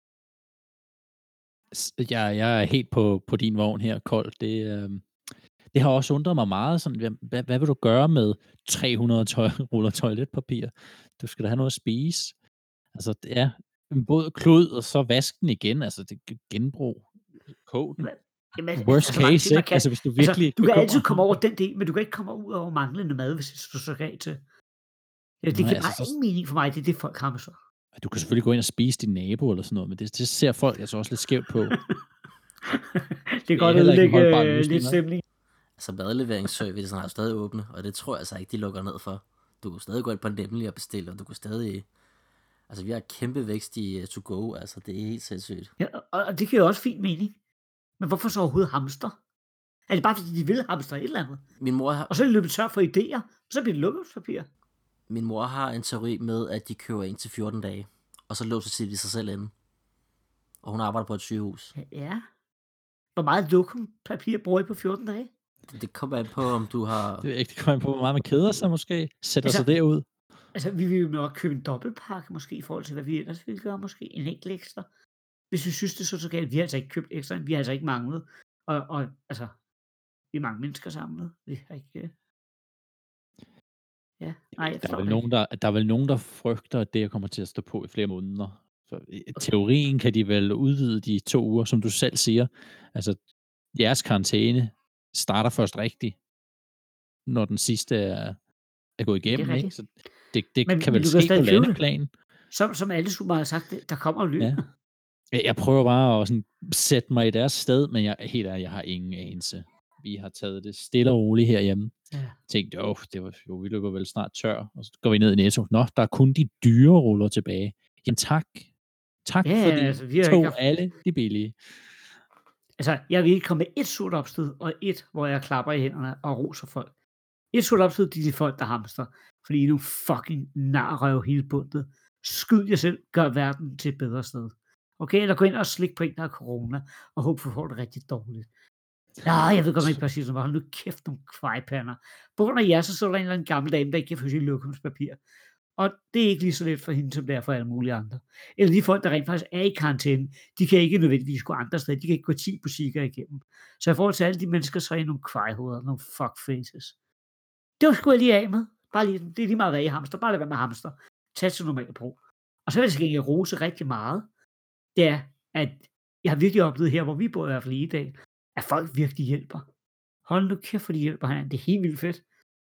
S- Jeg, jeg er helt på, på din vogn her, Kold. Det, øh, det har også undret mig meget. Sådan, hvad, hvad, hvad vil du gøre med tre hundrede tøj, ruller toiletpapir? Du skal da have noget at spise. Altså, det er en både klud, og så vask den igen. Altså, det er genbrug. Kog den. Jamen, Worst altså, mange case, ting, man ikke? kan. Altså, hvis du virkelig Altså, du kan kommer- altid komme over den del, men du kan ikke komme ud over manglende mad, hvis du så af til. Ja, det Nej, giver altså, bare så- ingen mening for mig, det er det, folk har med sig. Du kan selvfølgelig gå ind og spise din nabo eller sådan noget, men det, det ser folk altså også lidt skævt på. Det er godt at heller ikke en udlægge holdbar øh, løsning, lidt hva'? stemning. Altså madleveringsservicen har jo stadig åbne, og det tror jeg altså ikke, de lukker ned for. Du kan stadig gå ind på Nemlig og bestille, og du kan stadig... Altså, vi har kæmpe vækst i uh, to go, altså det er helt sindssygt. Ja, og, og det giver jo også fin mening. Men hvorfor så overhovedet hamster? Er det bare fordi, de vil hamstre et eller andet? Min mor har, Og så er de løbet tør for idéer, og så bliver det lukkepapir. min mor har en teori med, at de køber ind til fjorten dage, og så låser de sig selv inde. Og hun arbejder på et sygehus. Ja. Hvor meget lokumpapir bruger I på fjorten dage? Det, det kommer an på, om du har... Det er ikke det kommer an på, hvor meget man keder sig måske. Sætter Altså- sig derud. Altså, vi vil jo nok købe en dobbeltpakke måske, i forhold til, hvad vi ellers ville gøre måske. En enkelt ekstra. Hvis vi synes, det er så så galt. Vi har altså ikke købt ekstra, vi har altså ikke manglet. Og, og altså, vi er mange mennesker samlet. Vi har ikke... øh, Ja, nej, jeg Der er, forstår vel det nogen, der, der er vel nogen, der frygter, at det her kommer til at stå på i flere måneder. Så i teorien kan de vel udvide de to uger, som du selv siger. Altså, jeres karantæne starter først rigtigt, når den sidste er, er gået igennem. Ikke? rigtigt. Så det, det Men- kan men vel du kan ske på stadig købe det. landeplan. Som, som alle super har sagt, det- der kommer løb. Ja. Jeg jeg prøver bare at sådan sætte mig i deres sted, men jeg, helt ærligt, jeg har ingen anelse. Vi har taget det stille og roligt herhjemme. Ja. Tænkte, jo, det var, jo, vi løber vel snart tør. Og så går vi ned i Netto. Nå, der er kun de dyre ruller tilbage. Jamen tak. Tak, Ja, fordi altså, vi har tog ikke haft- alle de billige. Altså, jeg vil ikke komme med et surt opstød, og et, hvor jeg klapper i hænderne og roser folk. Et surt opstød, de er de folk, der hamster. Fordi I er nogle fucking narrøv hele bundet. Skyd jer selv, gør verden til et bedre sted. Okay, eller gå ind og slik på en, der har corona, og håb, du får det rigtig dårligt. Nej, jeg ved godt, man ikke bare sige sådan, hold nu kæft, nogle kvejpander. På grund af jer, så så der en eller anden gammel dame, der ikke kan få sit lokumspapir. Og det er ikke lige så let for hende, som det er for alle mulige andre. Eller de folk, der rent faktisk er i karantæne, de kan ikke nødvendigvis gå andre steder. De kan ikke gå ti butikker igennem. Så i forhold til alle de mennesker, så er I nogle kvejhoveder, nogle fuckfaces. Det var sgu jeg lige af med. Bare lige, det er lige meget, hvad I hamster. Bare lad være med hamster. Tag til normalt brug. Og så vil jeg til gengæld rose rigtig meget. Det er, at jeg har virkelig oplevet her, hvor vi bor i hvert fald i dag, at folk virkelig hjælper. Hold nu kæft, for de hjælper hinanden. Det er helt vildt fedt.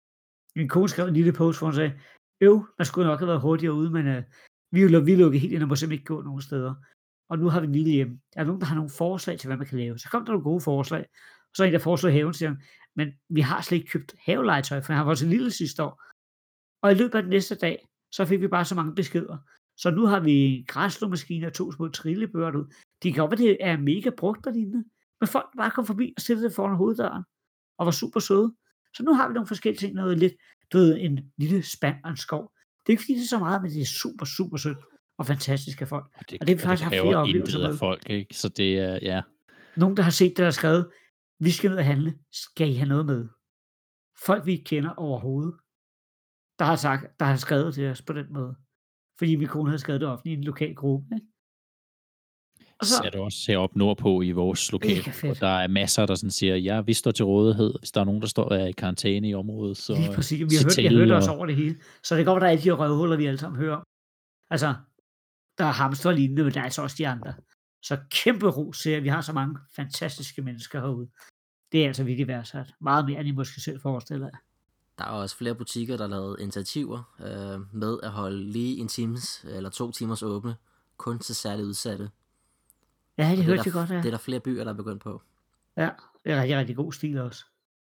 Min kone skrev en lille post, hvor hun sagde, øv, man skulle nok have været hurtigere ude, men uh, vi er jo vi er lukket helt ind, og må simpelthen ikke gå nogen steder. Og nu har vi en lille hjem. Der er nogen, der har nogle forslag til, hvad man kan lave. Så kom der nogle gode forslag. Og så er en, der foreslår haven, siger han, men vi har slet ikke købt havelegetøj, for han var så lille sidste år. Og i løbet af den næste dag, så fik vi bare så mange beskeder. Så nu har vi græsslåmaskiner og to små trillebøger ud. De kan godt være, det er mega brugt og lignende. Men folk bare kom forbi og stillede det foran hoveddøren. Og var super søde. Så nu har vi nogle forskellige ting. Noget lidt, du ved, en lille spand og en skov. Det er ikke fordi, det er så meget, men det er super, super sødt og fantastisk af folk. Og det, Og det har vi faktisk haft kræver flere oplevelser intet af med. folk, ikke? Så det er, ja. Nogen, der har set det, der har skrevet, vi skal ned og handle. Skal I have noget med? Folk, vi ikke kender overhovedet, der har, sagt, der har skrevet til os på den måde. Fordi min kone havde skrevet det offentligt i en lokal gruppe. Ikke? Og så, Så er det også heroppe nordpå i vores lokale, Mega fedt. og der er masser, der sådan siger, ja, vi står til rådighed, hvis der er nogen, der står og er i karantæne i området, så lige præcis, vi har sig hørt, jeg til, hørte også og over det hele. Så det går, der er alle de røvhuller, vi alle sammen hører om. Altså, der er hamster og lignende, men der er altså også de andre. Så kæmpe ros til, at vi har så mange fantastiske mennesker herude. Det er altså virkelig værdsat. Meget mere, end I måske selv forestiller jer. Der er også flere butikker, der har lavet initiativer øh, med at holde lige en times eller to timers åbne, kun til særligt udsatte. Ja, det Og det, er hørte der, jeg godt, ja. det er der flere byer, der er begyndt på. Ja, det er rigtig, rigtig god stil også.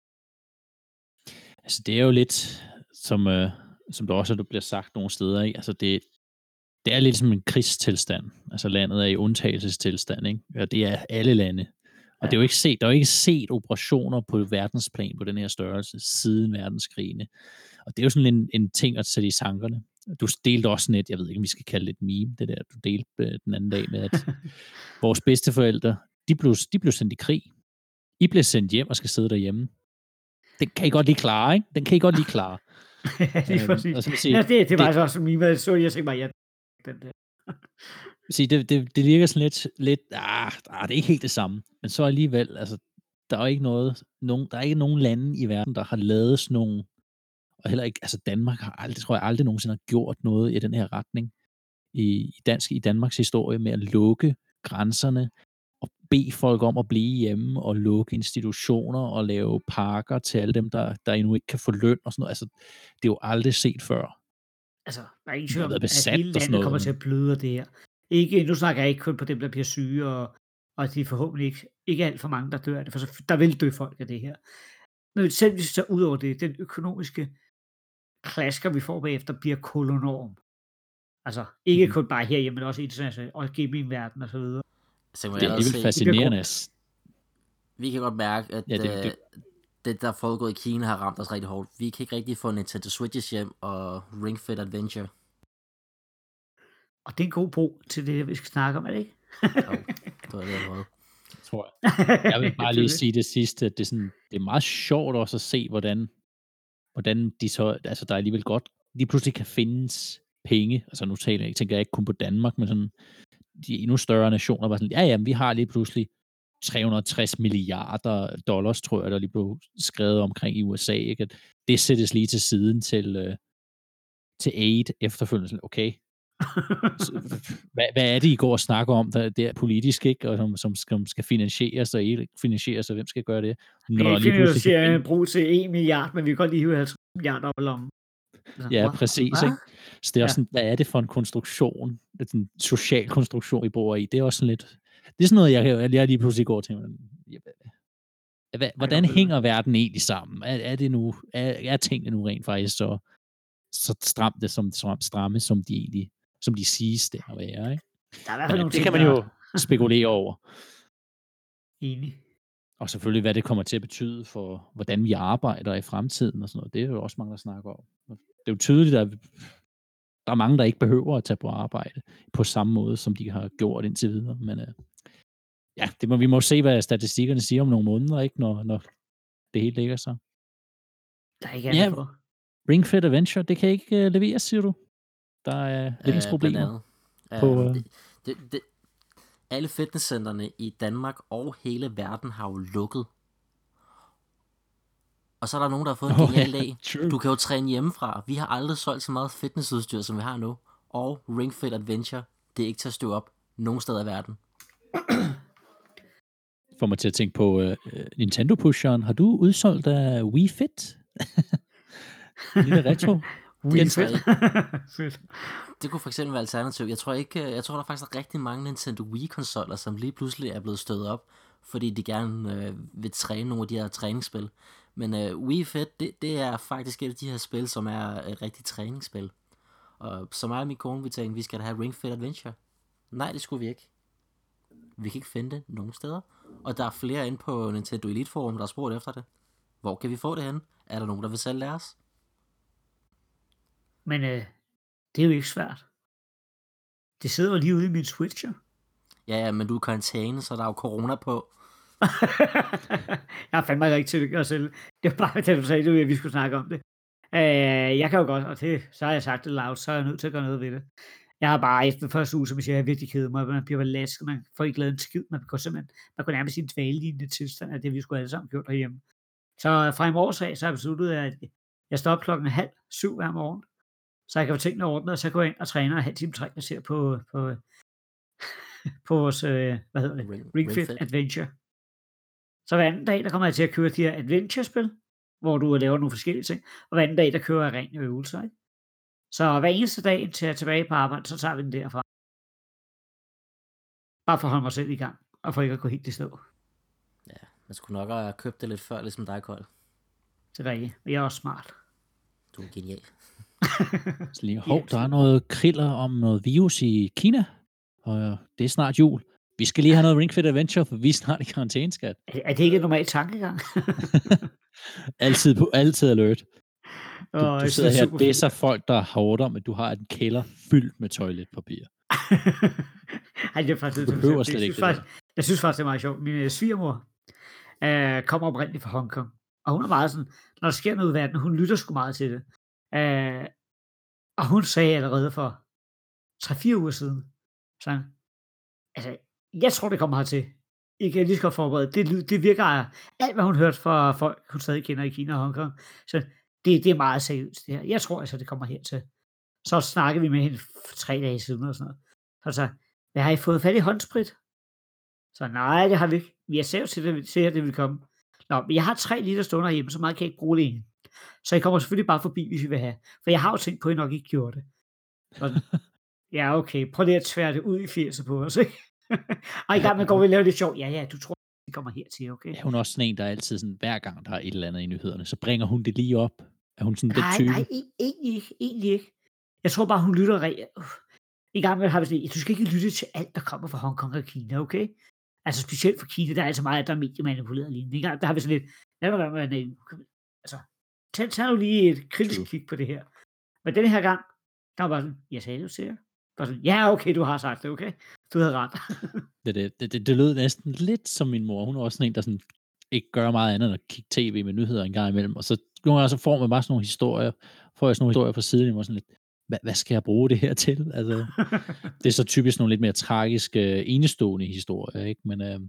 altså det er jo lidt, som, øh, som der også bliver sagt nogle steder, ikke? Altså det, det er lidt som en krigstilstand. Altså landet er i undtagelsestilstand, ikke? Og det er alle lande. Og det er jo ikke set, der er jo ikke set operationer på verdensplan på den her størrelse siden verdenskrigene. Og det er jo sådan en, en ting at sætte i tankerne. Du delte også sådan et, jeg ved ikke, om vi skal kalde det et meme, det der, du delte øh, den anden dag med, at vores bedsteforældre, de blev, de blev sendt i krig. I blev sendt hjem og skal sidde derhjemme. Den kan I godt lige klare, ikke? Den kan I godt lige klare. Lige Øhm, præcis. og så vil jeg sige, Ja, det, det var det- altså også meme, jeg så, jeg tænkte mig, ja, den der. sige, det, det, det virker sådan lidt, lidt ah, ah, det er ikke helt det samme, men så alligevel, altså, der er ikke noget, nogen, der er ikke nogen lande i verden, der har lavet sådan nogle, og heller ikke, altså Danmark har aldrig, tror jeg aldrig nogensinde har gjort noget i den her retning i, i, dansk, i Danmarks historie med at lukke grænserne og bede folk om at blive hjemme og lukke institutioner og lave parker til alle dem, der, der endnu ikke kan få løn og sådan noget. Altså, det er jo aldrig set før. Altså, der er ingen har tvivl om, været at besat hele og sådan landet noget, kommer men- til at bløde af det her. Ikke, nu snakker jeg ikke kun på dem, der bliver syge, og, og de er forhåbentlig ikke, ikke alt for mange, der dør af det, for så, der vil dø folk af det her. Men selv hvis vi så ud over det, den økonomiske klasker, vi får bagefter, bliver kolonorm. Altså, ikke Mhm. kun bare herhjemme, men også internationalt, og gamingverden og så videre. Så må Det jeg er også alligevel se, fascinerende. at- vi kan godt mærke, at Ja, det- ja, det, det- det, det, der er foregået i Kina, har ramt os rigtig hårdt. Vi kan ikke rigtig få Nintendo Switches hjem og Ring Fit Adventure. Og det er en god bro til det, vi skal snakke om, er det ikke? Oh, det var det, jeg havde. tror jeg. Jeg vil bare Det er lige det. sige det sidste, at det er, sådan, det er meget sjovt også at se, hvordan, hvordan de så, altså der er alligevel godt, de pludselig kan findes penge, altså nu taler jeg, tænker jeg ikke kun på Danmark, men sådan de endnu større nationer var sådan, ja ja, vi har lige pludselig tre hundrede og tres milliarder dollars, tror jeg, der lige blev skrevet omkring i U S A, ikke? At det sættes lige til siden til, øh, til aid efterfølgende. Sådan, okay, så, hvad, hvad er det, I går og snakker om, der, der er politisk, ikke? Og som, som, som skal finansieres, og ikke finansieres, og hvem skal gøre det? Vi Når kan der ikke lige pludselig kan finansiere finde- brug til en milliard, men vi kan godt lige hive halvtreds milliarder op i lommen. Altså, Ja, what? præcis. Hvad? Ikke? Så det er også Ja. sådan, hvad er det for en konstruktion? Det er sådan en social konstruktion, vi bor i. Det er også sådan lidt... Det er sådan noget, jeg, kan- jeg lige pludselig går til. Men, ja, hvad- hvad- hvordan godt hænger verden egentlig sammen? Er, er det nu... Er, er tingene nu rent faktisk så, så stramt, som, som, stramme, som de egentlig som de siges det at være, ikke? Der er i hvert fald Men nogle det ting, kan man der jo er spekulere over. enig. Og selvfølgelig, hvad det kommer til at betyde for, hvordan vi arbejder i fremtiden og sådan noget. Det er jo også mange, der snakker om. Det er jo tydeligt, at der er mange, der ikke behøver at tage på arbejde på samme måde, som de har gjort indtil videre. Men øh, ja, det må, vi må se, hvad statistikkerne siger om nogle måneder, ikke, når, når det hele ligger sig. Der er ikke Ja, andet for. Ring Fit Adventure, det kan ikke uh, leveres, siger du? Der er Øh, leveringsproblemer. blandt på, andet. øh, Øh, det, det, det, alle fitnesscentrene i Danmark og hele verden har jo lukket. Og så er der nogen, der har fået en Åh, genial ja, dag. true. Du kan jo træne hjemmefra. Vi har aldrig solgt så meget fitnessudstyr, som vi har nu. Og Ring Fit Adventure, det er ikke til at støve op nogen steder i verden. Får mig til at tænke på uh, Nintendo-pusheren. Har du udsolgt af Wii Fit? En lille retro. Wii Den- fedt. Fedt. Det kunne for eksempel være alternativ. Jeg tror ikke, jeg tror der faktisk er rigtig mange Nintendo Wii-konsoller, som lige pludselig er blevet stødt op, fordi de gerne øh, vil træne nogle af de her træningsspil. Men øh, Wii Fit, det, det er faktisk et af de her spil, som er et rigtigt træningsspil. Og så mig og min kone, vi tænkte, vi skal da have Ring Fit Adventure. Nej, det skulle vi ikke. Vi kan ikke finde det nogen steder. Og der er flere inde på Nintendo Elite Forum, der har spurgt efter det. Hvor kan vi få det henne? Er der nogen, der vil sælge deres? Men øh, det er jo ikke svært. Det sidder jo lige ude i min Switcher. Ja, ja, men du er i karantæne, så der er jo corona på. Jeg har fandme ikke rigtig til at sælge. Det var bare, da du sagde, det, at vi skulle snakke om det. Øh, jeg kan jo godt, og det, så har jeg sagt det loud, så er jeg nødt til at gøre noget ved det. Jeg har bare efter den første uge, som jeg siger, jeg virkelig keder mig. Man bliver vel lasket, man får ikke lavet en skid. Man går simpelthen, man går nærmest i en dvalelignende tilstand af det, vi skulle alle sammen gjort derhjemme. Så fra i morges af, så har jeg besluttet, at jeg står op klokken halv syv hver morgen, så jeg kan få tingene ordnet, og så går jeg ind og træner en halv time tre kvarter på, på, på vores, øh, hvad hedder det, Ring, Ring Fit Fit. Adventure. Så hver anden dag, der kommer jeg til at køre de her adventure-spil, hvor du laver nogle forskellige ting, og hver anden dag, der kører jeg ren øvelser, ikke? Så hver eneste dag, indtil jeg er tilbage på arbejde, så tager vi den derfra. Bare for at holde mig selv i gang, og for ikke at gå helt i stå. Ja, man skulle nok have købt det lidt før, ligesom dig, Kold. Det er rigtigt. Men jeg er også smart. Du er genial. Så lige, hov, der er noget kriller om noget virus i Kina, og det er snart jul. Vi skal lige have noget Ring Fit Adventure, for vi er snart i karantæne, skat. Er, er det ikke en normal tankegang? altid på, altid alert. Du, Åh, du jeg sidder synes, her det er og super disser folk, der har hårdt om, at du har en kælder fyldt med toiletpapir. Ej, det er faktisk, Du det, behøver jeg, slet synes ikke det faktisk, jeg synes faktisk, det er meget sjovt. Min øh, svigermor øh, kommer oprindeligt fra Hongkong, og hun er meget sådan, når der sker noget i verden, hun lytter sgu meget til det. Øh, og hun sagde allerede for tre fire uger siden, så altså, jeg tror, det kommer hertil. Ikke jeg lige skal forberede. Det, det virker alt, hvad hun hørte fra folk, hun stadig kender i Kina og Hongkong. Så det, det er meget seriøst, det her. Jeg tror altså, det kommer hertil. Så snakkede vi med hende for tre dage siden og sådan noget. Så så, hvad har I fået fat i håndsprit? Så nej, det har vi ikke. Vi har selv til det, til at det vil komme. Nå, men jeg har tre liter stående hjemme, så meget kan jeg ikke bruge det ene. Så I kommer selvfølgelig bare forbi, hvis I vil have. For jeg har jo tænkt på, at I nok ikke gjorde det. Sådan, ja, okay. Prøv lige at tvære det ud i firserne på os, ikke? Og i gang med går vi og laver lidt sjov. Ja, ja, du tror, vi kommer hertil, okay? Ja, hun er også sådan en, der altid sådan, hver gang der er et eller andet i nyhederne, så bringer hun det lige op. Er hun sådan den Nej, type? nej, e- egentlig ikke. Egentlig ikke. Jeg tror bare, hun lytter rigtig... Uh. I gang med har vi sådan, du skal ikke lytte til alt, der kommer fra Hongkong og Kina, okay? Altså specielt for Kina, der er altså meget, der er mediemanipuleret lignende. I gang, der har vi sådan lidt... Lad nu være med at... Altså, tag, tag nu lige et kritisk True. kig på det her. Men denne her gang, der var bare sådan, jeg sagde det jo til jer. Bare sådan, ja, okay, du har sagt det, okay? Du havde ret. Det, det, det, det, det lød næsten lidt som min mor. Hun er også sådan en, der sådan, ikke gør meget andet end at kigge tv med nyheder en gang imellem. Og så nogle gange så får man bare sådan nogle historier, får jeg sådan nogle historier fra siden, og sådan lidt, hvad, hvad skal jeg bruge det her til? Altså, det er så typisk nogle lidt mere tragiske, enestående historier, ikke? Men øh,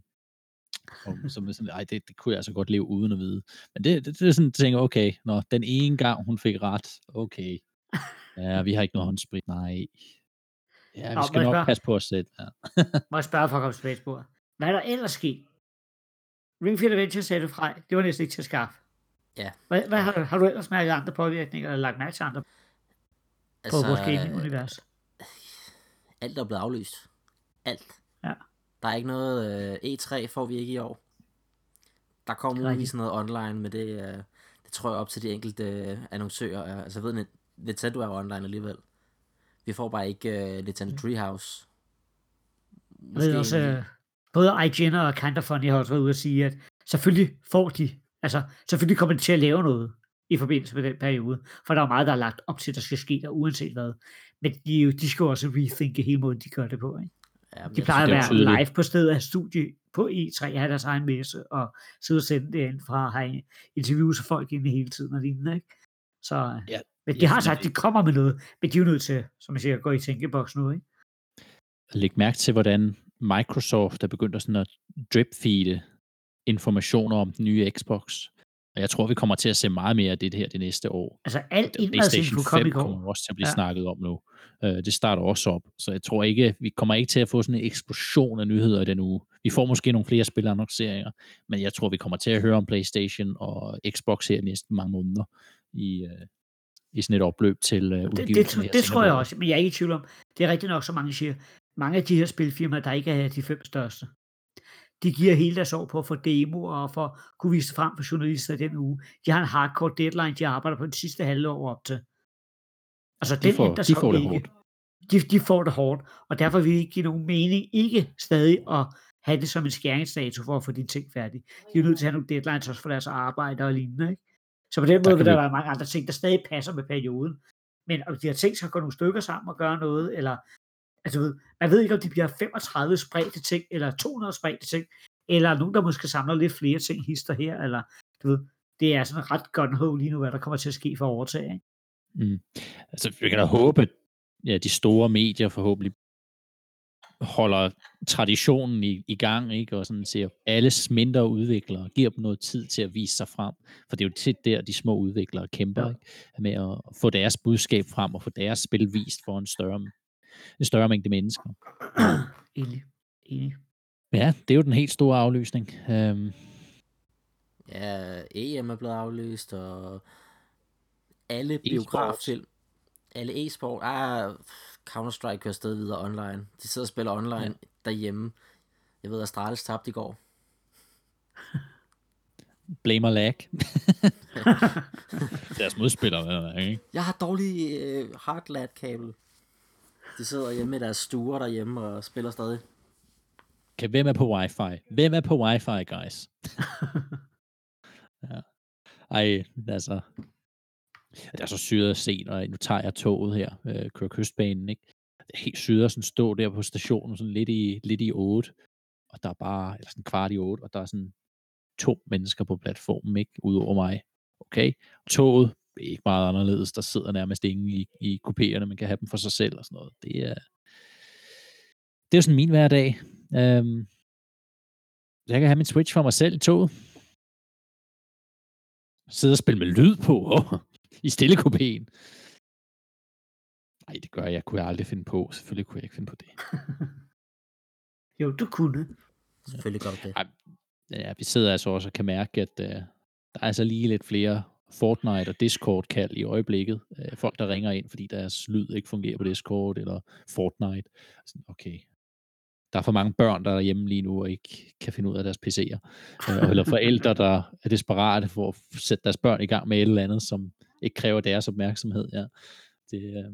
som sådan, ej, det, det kunne jeg altså godt leve uden at vide. Men det, det, det er sådan, jeg tænker, okay, når den ene gang hun fik ret, okay, ja, vi har ikke noget håndsprit, nej. Ja, vi Nå, skal må jeg nok spørge? passe på os selv. Ja. Må jeg spørge for at komme tilbage på? Hvad er der ellers sket? Ring Fit Adventure sagde du fra. Det var næsten ikke til at skaffe. Ja. Hvad, hvad har, du, har du ellers mærket andre påvirkninger, eller lagt mærke til andre på Altså, vores gaming-univers? alt er blevet aflyst. Alt. Ja. Der er ikke noget øh, E tre, får vi ikke i år. Der kommer Rigtigt. muligvis noget online, men det, øh, det tror jeg op til de enkelte øh, annoncører. Altså jeg ved, at Nintendo er online alligevel. Vi får bare ikke uh, Nintendo Treehouse. Jeg ved også, øh, både I G N og Kinda Funny har også været ude at sige, at selvfølgelig får de, altså selvfølgelig kommer de til at lave noget i forbindelse med den periode, for der er meget, der er lagt op til, at der skal ske der uanset hvad. Men de, de skal også rethinke hele måden, de gør det på, ikke? Ja, De plejer at det er være tydeligt. live på stedet af studie på E tre, have deres egen messe, og sidde og sende det ind fra, have interviews af folk inde hele tiden og lignende, ikke? Så, Ja, men de ja, har men sagt, det- de kommer med noget, men de er jo nødt til, som jeg siger, at gå i tænkeboks nu, ikke? Læg mærke til, hvordan Microsoft er begyndt at, sådan at drip-feede informationer om den nye Xbox. Og jeg tror, vi kommer til at se meget mere af det her det næste år. Altså alt PlayStation indmadsinfo kom i fem kommer går. jo også til at blive Ja. ja. snakket om nu. Uh, det starter også op. Så jeg tror ikke, vi kommer ikke til at få sådan en eksplosion af nyheder i den uge. Vi får måske nogle flere spilannonceringer, men jeg tror, vi kommer til at høre om PlayStation og Xbox her de næste mange måneder i, uh, i sådan et opløb til uh, Det, udgivelsen. det, det tror jeg også, men jeg er ikke i tvivl om. Det er rigtigt nok, som mange siger. Mange af de her spilfirmaer, der ikke er de fem største, de giver hele deres år på at få demoer og for at kunne vise det frem for journalister i den uge. De har en hardcore deadline, de arbejder på den sidste halve år op til. Altså, De den får- ændrer de sig får det ikke. hårdt. De, de får det hårdt, og derfor vil det ikke give nogen mening ikke stadig at have det som en skæringsdato for at få dine ting færdige. De er nødt til at have nogle deadlines også for deres arbejde og lignende, ikke? Så på den måde kan vil der vi- være mange andre ting, der stadig passer med perioden. Men om de har tænkt sig at gå nogle stykker sammen og gøre noget, eller altså ved, man ved ikke, om de bliver femogtredive spredte ting, eller to hundrede spredte ting, eller nogen, der måske samler lidt flere ting, hister her, eller du ved, det er sådan ret gun-ho lige nu, hvad der kommer til at ske for at overtage, ikke? Mm. Altså, vi kan da håbe, ja, de store medier forhåbentlig holder traditionen i, i gang, ikke? Og sådan ser alles mindre udviklere, giver dem noget tid til at vise sig frem. For det er jo tit der, de små udviklere kæmper, Ja. ikke? Med at få deres budskab frem og få deres spil vist for en større, en større mængde mennesker. Enig. Enig. Ja, det er jo den helt store aflysning. Um, Ja, E M er blevet aflyst, og alle E-sport. biograffilm, alle e-sport, ah, Counter-Strike kører stadig videre online. De sidder og spiller online ja. derhjemme. Jeg ved, at Astralis tabte i går. Blame og lag. Deres modspillere, ikke? Jeg har dårlig øh, hardlat-kabel. De sidder hjemme i deres stuer derhjemme og spiller stadig. Okay, hvem er på wifi? Hvem er på wifi, guys? Ja. Ej, altså... Det er så syret at se, når nu tager jeg toget her, øh, kører kystbanen, ikke? Det er helt syret at sådan stå der på stationen, sådan lidt i, lidt i otte, og der er bare, eller sådan kvart i otte, og der er sådan to mennesker på platformen, ikke? Udover mig. Okay? Toget, det er ikke meget anderledes, der sidder nærmest ingen i, i kupéerne, man kan have dem for sig selv og sådan noget. Det er, det er jo sådan min hverdag. Um, jeg kan have min Switch for mig selv i toget. Sidde og spille med lyd på, oh, i stillekupéen. Nej, det gør jeg. Kunne jeg aldrig finde på. Selvfølgelig kunne jeg ikke finde på det. Jo, du kunne. Selvfølgelig gør du det. Ej, ja, vi sidder altså også og kan mærke, at uh, der er altså lige lidt flere Fortnite og Discord-kald i øjeblikket. Uh, folk, der ringer ind, fordi deres lyd ikke fungerer på Discord eller Fortnite. Sådan, okay. Der er for mange børn, der er hjemme lige nu og ikke kan finde ud af deres P C'er. Uh, eller forældre, der er desperate for at sætte deres børn i gang med et eller andet, som ikke kræver deres opmærksomhed. Ja. Det, uh,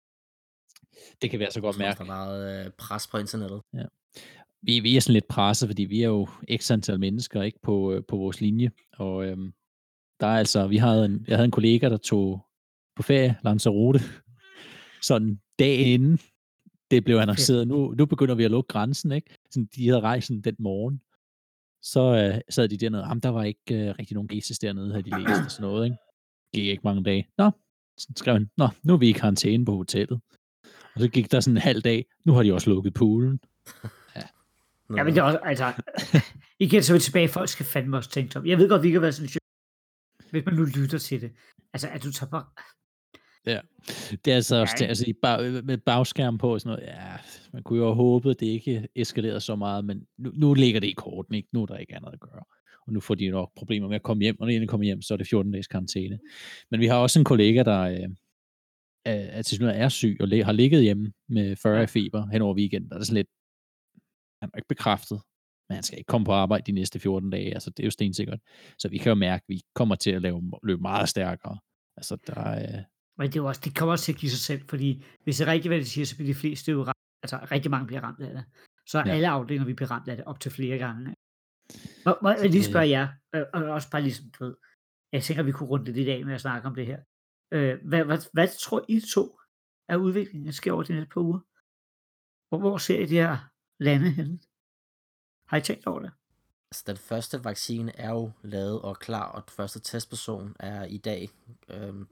det kan vi altså godt mærke. Der er meget øh, pres på internettet. Ja. Vi, vi er sådan lidt presset, fordi vi er jo x antal mennesker ikke på, øh, på vores linje. Og øhm, der er altså, vi havde en, jeg havde en kollega, der tog på ferie, Lanzarote, sådan dag inden det blev annonceret. Nu, nu begynder vi at lukke grænsen, ikke? Sådan, de havde rejst den morgen. Så øh, sad de dernede, jamen der var ikke øh, rigtig nogen cases dernede, havde de læst og sådan noget, ikke? Gik ikke mange dage. Nå, så skrev han, nå, nu er vi i karantæne på hotellet. Og så gik der sådan en halv dag, nu har de også lukket poolen. Ja. Ja, men det er også, altså, igen så er vi tilbage, folk skal fandme også tænke om. Jeg ved godt, vi kan være sådan, hvis man nu lytter til det. Altså, at du tager bare... Ja, det er altså også, Ja, det, altså i bag, med bagskærm på og sådan noget, ja, man kunne jo have håbet, at det ikke eskalerede så meget, men nu, nu ligger det i korten, ikke? Nu er der ikke andet at gøre. Og nu får de nok problemer med at komme hjem, og når de endelig kommer hjem, så er det fjorten dages karantæne. Men vi har også en kollega, der øh, er, til sådan er syg, og har ligget hjemme med fyrre i feber hen over weekenden, og det er sådan lidt, han er ikke bekræftet, men han skal ikke komme på arbejde de næste fjorten dage, altså det er jo stensikkert. Så vi kan jo mærke, at vi kommer til at lave, løbe meget stærkere. Altså der er... Men det, er også, det kommer også til at give sig selv, fordi hvis det er rigtigt, hvad de siger, så bliver de fleste jo ramt, altså rigtig mange bliver ramt af det. Så ja. Alle afdelinger vi bliver ramt af det op til flere gange. Må, må jeg lige spørge jer, og også bare ligesom, du ved, jeg tænker, vi kunne runde det lidt af med at snakke om det her. Hvad, hvad, hvad tror I to af udviklingen, der sker over de næste par uger? Hvor, hvor ser I de her lande henne? Har I tænkt over det? Altså, den første vaccine er jo lavet og klar, og den første testperson er i dag. Øhm,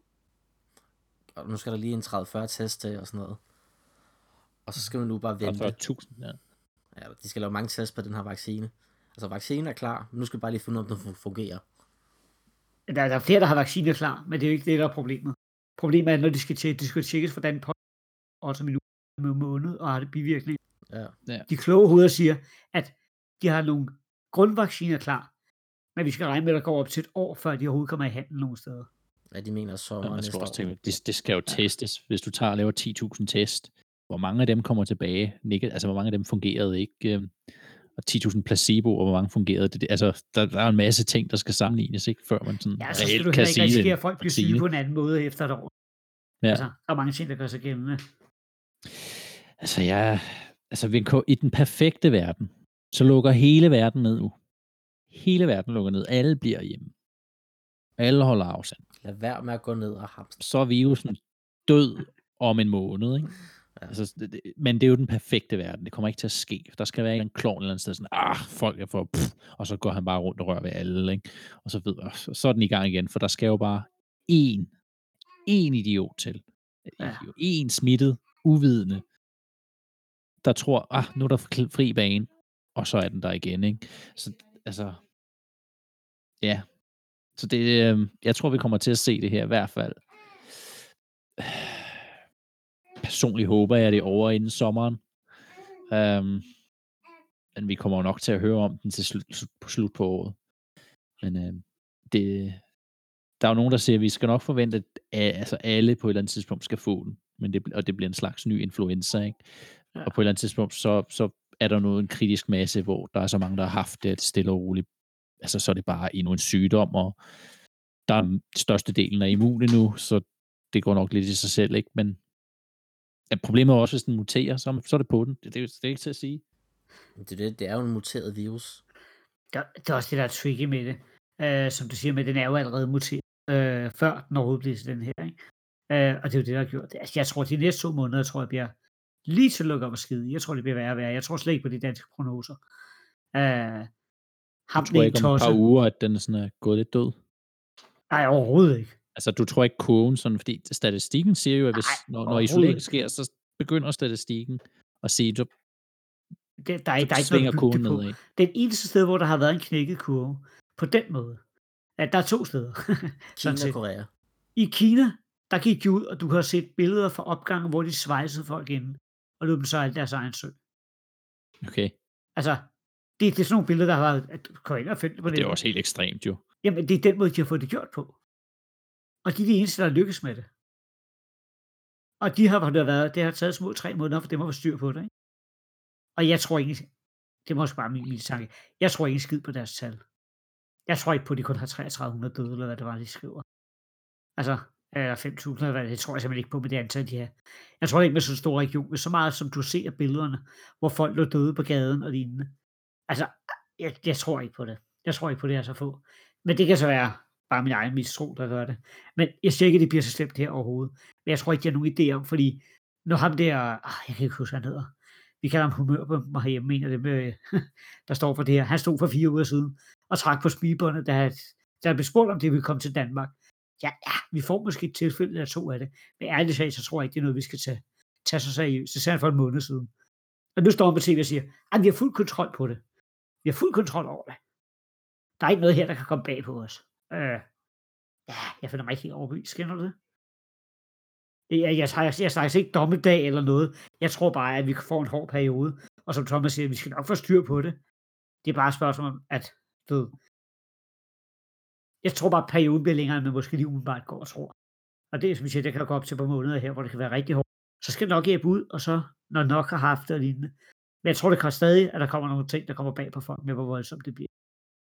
og nu skal der lige en tredive fyrre test til og sådan noget. Og så skal man nu bare vente. fyrre tusind, ja. Ja, de skal lave mange tests på den her vaccine. Altså, vaccinen er klar, men nu skal vi bare lige finde ud af, om den fungerer. Der, der er flere, der har vacciner klar, men det er jo ikke det, der er problemet. Problemet er, når de skal tjekke, de skal tjekkes for den på otte minutter med måned, og har det bivirkning. Ja. Ja. De kloge hoveder siger, at de har nogle grundvacciner klar, men vi skal regne med, at der går op til et år, før de overhovedet kommer i handel nogle steder. Ja, de mener sommer Ja, næste år. tænke, det, det skal jo testes. Hvis du tager og laver ti tusind test, hvor mange af dem kommer tilbage? Altså, hvor mange af dem fungerede ikke? Og ti tusind placebo, og hvor mange fungerede det? Altså, der, der er en masse ting, der skal sammenlignes, ikke? Før man sådan ja, så reelt du kan ikke sige risikere, det. at folk bliver syge på en anden måde efter et år. Ja. Altså, der er mange ting, der gør sig gældende. Altså, ja, altså, i den perfekte verden, så lukker hele verden ned nu. Hele verden lukker ned. Alle bliver hjemme. Alle holder afstand. Lad være med at gå ned og hamstre. Så er virusen død om en måned, ikke? Ja. Altså, det, det, men det er jo den perfekte verden. Det kommer ikke til at ske. Der skal være en klon eller andet sted, sådan, ah, folk er for, pff, og så går han bare rundt og rører ved alle, ikke? Og så videre. Så, så er den i gang igen, for der skal jo bare én, én idiot til. Ja. Én smittet uvidende, der tror, ah, nu er der fri bane, og så er den der igen, ikke? Så, altså, ja. Så det, øh, jeg tror, vi kommer til at se det her i hvert fald. Personligt håber jeg, det er over inden sommeren. Um, men vi kommer jo nok til at høre om den til slut, på slut på året. Men øh, det, der er jo nogen, der siger, at vi skal nok forvente, at altså alle på et eller andet tidspunkt skal få den. Men det, og det bliver en slags ny influenza, ikke? Ja. Og på et eller andet tidspunkt, så, så er der noget en kritisk masse, hvor der er så mange, der har haft det stille og roligt. Altså, så er det bare endnu en sygdom, og der er største delen af immune nu, så det går nok lidt i sig selv, ikke? Men ja, problemet er også, hvis den muterer, så, så er det på den. Det, det, det er ikke til at sige. Det, det, det er jo en muteret virus. Der, det er også det, der er tricky med det. Uh, som du siger, med den er jo allerede muteret, uh, før den overhovedet bliver den her, ikke? Uh, og det er jo det, der har gjort det. Altså, jeg tror, de næste to måneder, tror jeg, bliver lige til at lukke op og skide. Jeg tror, det bliver værre og værre. Jeg tror slet ikke på de danske prognoser. Uh, ham du tror ikke om et par uger, at den sådan er gået lidt død? Nej, overhovedet ikke. Altså, du tror ikke kurven sådan, fordi statistikken siger jo, at hvis, Ej, når, når isolering sker, så begynder statistikken at sige, at det, der er, der er ikke noget kurven nedad. Den eneste sted, hvor der har været en knækket kurve, på den måde, at der er to steder. Kina og Korea. I Kina, der gik de ud, og du har set billeder fra opgangen, hvor de svejsede folk inde, og løb dem så alt deres egen sø. Okay. Altså, det, det er sådan nogle billeder, der har været, at gå ind og finde på det. Det er også helt ekstremt, jo. Jamen, det er den måde, de har fået det gjort på. Og de er de eneste, der lykkes med det. Og de har, det har været, det har taget små tre måneder, for dem at få styr på det, ikke? Og jeg tror ikke, det er måske bare min, min tanke, jeg tror ikke skid på deres tal. Jeg tror ikke på, at de kun har treogtredive hundrede døde, eller hvad det var, de skriver. Altså, eller fem tusind, eller hvad, det tror jeg simpelthen ikke på med det antal, de har. Jeg tror ikke med så en stor region, med så meget, som du ser billederne, hvor folk lå døde på gaden og lignende. Altså, jeg, jeg tror ikke på det. Jeg tror ikke på det, jeg så få. Men det kan så være bare min egen mistro, der gør det. Men jeg siger ikke, at det bliver så slemt her overhovedet. Men jeg tror ikke, jeg har nogen idé om, fordi når ham der, ah, jeg kan ikke huske, hvad han hedder. Vi kalder ham humør på mig herhjemme, en af dem, der står for det her. Han stod for fire uger siden og trak på smilebåndet, da der blev spurgt om det ville komme til Danmark. Ja, ja, vi får måske et tilfælde eller to af det. Men ærligt talt, så tror jeg ikke, det er noget, vi skal tage, tage så seriøst. Det sagde han for en måned siden. Og nu står han på T V og siger, at vi har fuld kontrol på det. Vi har fuld kontrol over det. Der er ikke noget her, der kan komme bag på os. Øh, ja, jeg finder mig ikke helt overbevist. Kender du det? Jeg, jeg, jeg, jeg snakker ikke dommedag eller noget. Jeg tror bare, at vi får en hård periode. Og som Thomas siger, vi skal nok få styr på det. Det er bare et spørgsmål om, at du ved, jeg tror bare, at perioden bliver længere, end man måske lige umiddelbart går og tror. Og det er, som vi siger, det kan gå op til på måneder her, hvor det kan være rigtig hårdt. Så skal det nok hjælpe ud, og så, når nok har haft det og lignende. Men jeg tror, det kan stadig, at der kommer nogle ting, der kommer bag på folk, med hvor voldsomt det bliver.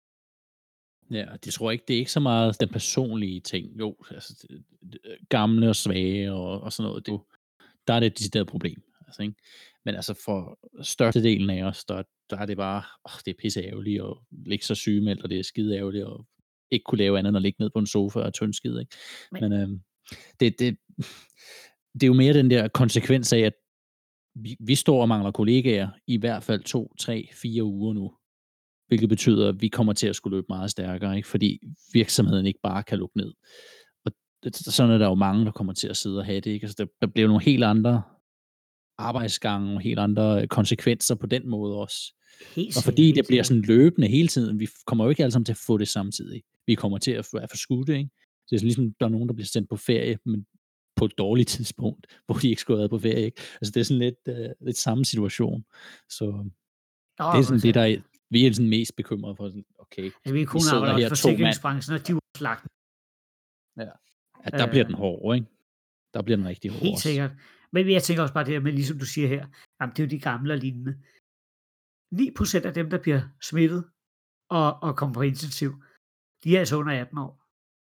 Ja, det tror jeg ikke, det er ikke så meget den personlige ting. Jo, altså det, det, gamle og svage og, og sådan noget, det, der er det et decideret problem. Altså, ikke? Men altså for størstedelen af os, der, der er det bare, åh, det er pisse ærgerligt, og ligge så sygemeldt, og det er skide ærgerligt, og ikke kunne lave andet end at ligge ned på en sofa og tyndskid, ikke? Men, Men øhm, det, det, det er jo mere den der konsekvens af, at vi, vi står og mangler kollegaer i hvert fald to, tre, fire uger nu. Hvilket betyder, at vi kommer til at skulle løbe meget stærkere, ikke? Fordi virksomheden ikke bare kan lukke ned. Og sådan er der jo mange, der kommer til at sidde og have det, ikke? Altså, der, der bliver nogle helt andre arbejdsgange, og helt andre konsekvenser på den måde også. Helt og fordi det bliver sådan løbende hele tiden, vi kommer jo ikke alle sammen til at få det samtidig. Vi kommer til at være forskudte, ikke? Det er sådan ligesom, der er nogen, der bliver sendt på ferie, men på et dårligt tidspunkt, hvor de ikke skulle have været på ferie, ikke? Altså det er sådan lidt, uh, lidt samme situation. Så oh, det er sådan det, der er, vi er sådan mest bekymrede for, okay, altså, vi, vi sidder her to mand. Og de var slagt. Ja, ja der øh, bliver den hård, ikke? Der bliver den rigtig hård. Helt sikkert. Men jeg tænker også bare det her med, ligesom du siger her, jamen, det er jo de gamle og lignende. ni procent af dem, der bliver smittet og, og kommer på intensiv, de er altså under atten år.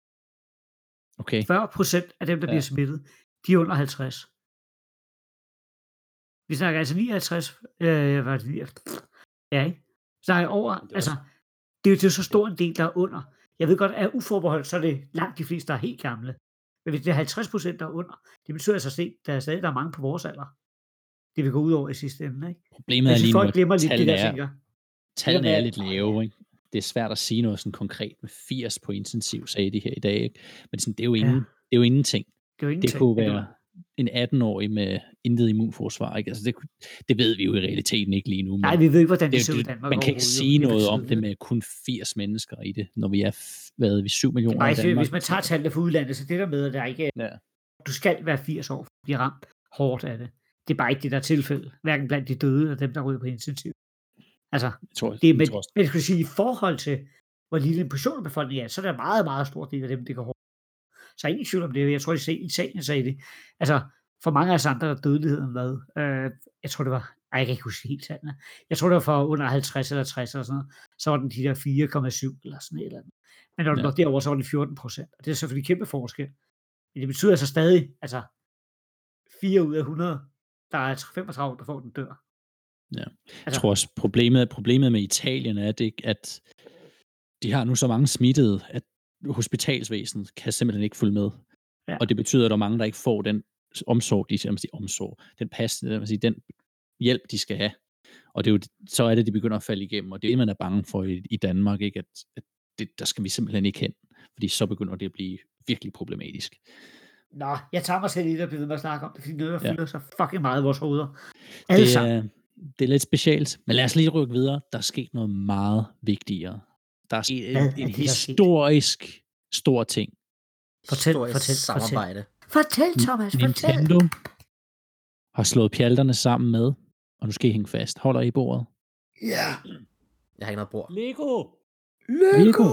Okay. fyrre procent af dem, der ja. bliver smittet, de er under halvtreds. Vi snakker altså nioghalvtreds, øh, hvad er det, ja, ikke? Vi snakker over, det altså, det er jo så stor en del, der er under. Jeg ved godt, at uforbeholdt, så er det langt de fleste, der er helt gamle. Men hvis det er halvtreds procent, der er under, det betyder altså, at der er stadig der er mange på vores alder. Det vil gå ud over i sidste ende, ikke? Problemet er lige nu, at tallene er, tallene er lidt lave, ikke? Det er svært at sige noget sådan konkret med firs på intensiv, sagde de her i dag, ikke? Men sådan, det er jo ingen, ja. det er jo ingenting. Det, er jo ingenting. Det kunne være, en atten-årig med intet immunforsvar. Ikke? Altså det, det ved vi jo i realiteten ikke lige nu. Men Nej, vi ved ikke, hvordan det, det, ser ud i det, Danmark. man kan ikke overhovedet, jo. sige Det er for noget om det tidligt. med kun firs mennesker i det, når vi er f- været ved syv Det er millioner bare i ikke, Danmark. hvis man tager tallene fra udlandet, så det der med, at der ikke Ja. du skal være firs år for at blive ramt hårdt af det. Det er bare ikke det, der er tilfælde. Hverken blandt de døde eller dem, der ryger på intensiv. Altså, Jeg tror, det er jeg med, tror også, men jeg skulle sige, i forhold til, hvor lille en portion af befolkningen er, så er der en meget, meget stor del af dem, det går hårdt. Så er ingen tvivl om det. Jeg tror, i Italien sagde det. Altså, for mange af os andre er dødeligheden hvad? Øh, jeg tror, det var, ej, jeg kan ikke huske helt tallene. Jeg tror, det var for under halvtreds eller tres eller sådan noget. Så var den de der fire komma syv eller sådan et eller andet. Men når du Ja. når derover, så var det fjorten procent. Og det er selvfølgelig kæmpe forskel. Men det betyder altså stadig, altså fire ud af hundrede, der er femogtredive, der får den dør. Ja. Jeg Altså- tror også, problemet, problemet med Italien er, det, at de har nu så mange smittede, at hospitalsvæsenet kan simpelthen ikke følge med. Ja. Og det betyder, at der er mange, der ikke får den omsorg, de siger, omsorg, den pas, den hjælp, de skal have. Og det er jo, så er det, de begynder at falde igennem. Og det er, man er bange for i, i Danmark, ikke? At, at det, der skal vi simpelthen ikke hen. Fordi så begynder det at blive virkelig problematisk. Nå, jeg tager mig selv i det og bliver ved med at snakke om det, fordi noget, der Ja. fylder så fucking meget i vores hoveder. Alle Det sammen. er, det er lidt specielt. Men lad os lige rykke videre. Der er sket noget meget vigtigere. Der er sket Hvad en, er en det, der er sket? historisk stor ting. Fortæl, Historisk fortæl, samarbejde. Fortæl, Thomas, fortæl. Nintendo har slået pjalterne sammen med, og nu skal I hænge fast. Holder I bordet? Ja. Jeg har ikke noget bord. Lego! Lego!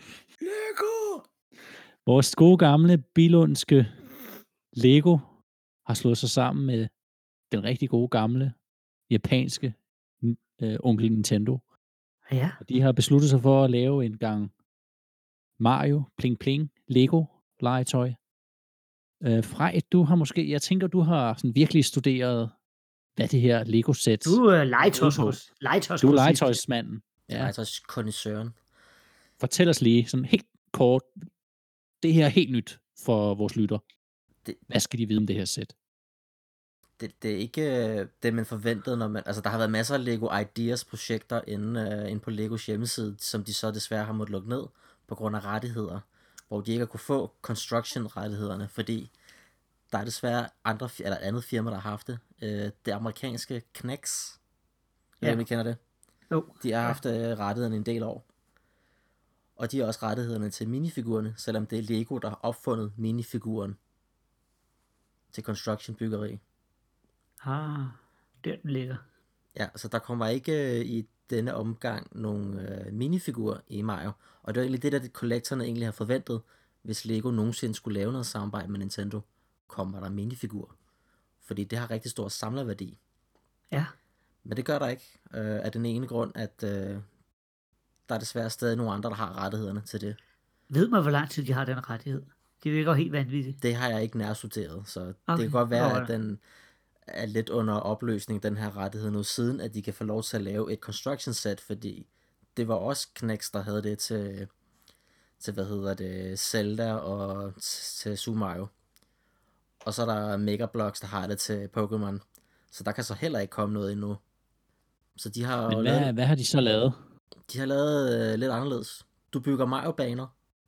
Lego! Vores gode gamle bilundske Lego har slået sig sammen med den rigtig gode gamle japanske øh, onkel Nintendo. Ja. Og de har besluttet sig for at lave en gang Mario, Pling Pling, Lego legetøj. Øh, Frej, du har måske, jeg tænker, du har sådan virkelig studeret, hvad det her Lego-sæt. Du er legetøjs, Ude på. legetøjs, Du er legetøjsmanden. Jeg er altså kondisøren. Fortæl os lige, sådan helt kort, det her er helt nyt for vores lytter. Det- Hvad skal de vide om det her sæt? Det, det er ikke øh, det, man forventede, når man... Altså, der har været masser af Lego Ideas-projekter inde, øh, inde på Legos hjemmeside, som de så desværre har måttet lukke ned på grund af rettigheder, hvor de ikke har kunne få construction-rettighederne, fordi der er desværre andre, fi- eller et andet firma, der har haft det. Øh, det amerikanske Knex. Jeg ved, Ja. om I kender det. Jo. De har haft øh, rettighederne en del år. Og de har også rettighederne til minifigurerne, selvom det er Lego, der har opfundet minifiguren til construction byggeri. Ah, der den ligger. Ja, så der kommer ikke øh, i denne omgang nogle øh, minifigurer i Mario. Og det er egentlig det, der collectorerne egentlig har forventet, hvis Lego nogensinde skulle lave noget samarbejde med Nintendo, kommer der minifigurer. Fordi det har rigtig stor samlerværdi. Ja. Men det gør der ikke, øh, af den ene grund, at øh, der er desværre stadig nogle andre, der har rettighederne til det. Ved man, hvor lang tid de har den rettighed? Det virker helt vanvittigt. Det har jeg ikke nærstuderet, så okay. Okay. det kan godt være, Nå, at den er lidt under opløsning, den her rettighed nu, siden at de kan få lov til at lave et construction set, fordi det var også Knex, der havde det til, til hvad hedder det, Zelda og t- til Super Mario. Og så er der Mega Bloks, der har det til Pokémon. Så der kan så heller ikke komme noget endnu. Så de har Men jo hvad, lavet, hvad har de så lavet? de har lavet øh, lidt anderledes. Du bygger Mario-baner,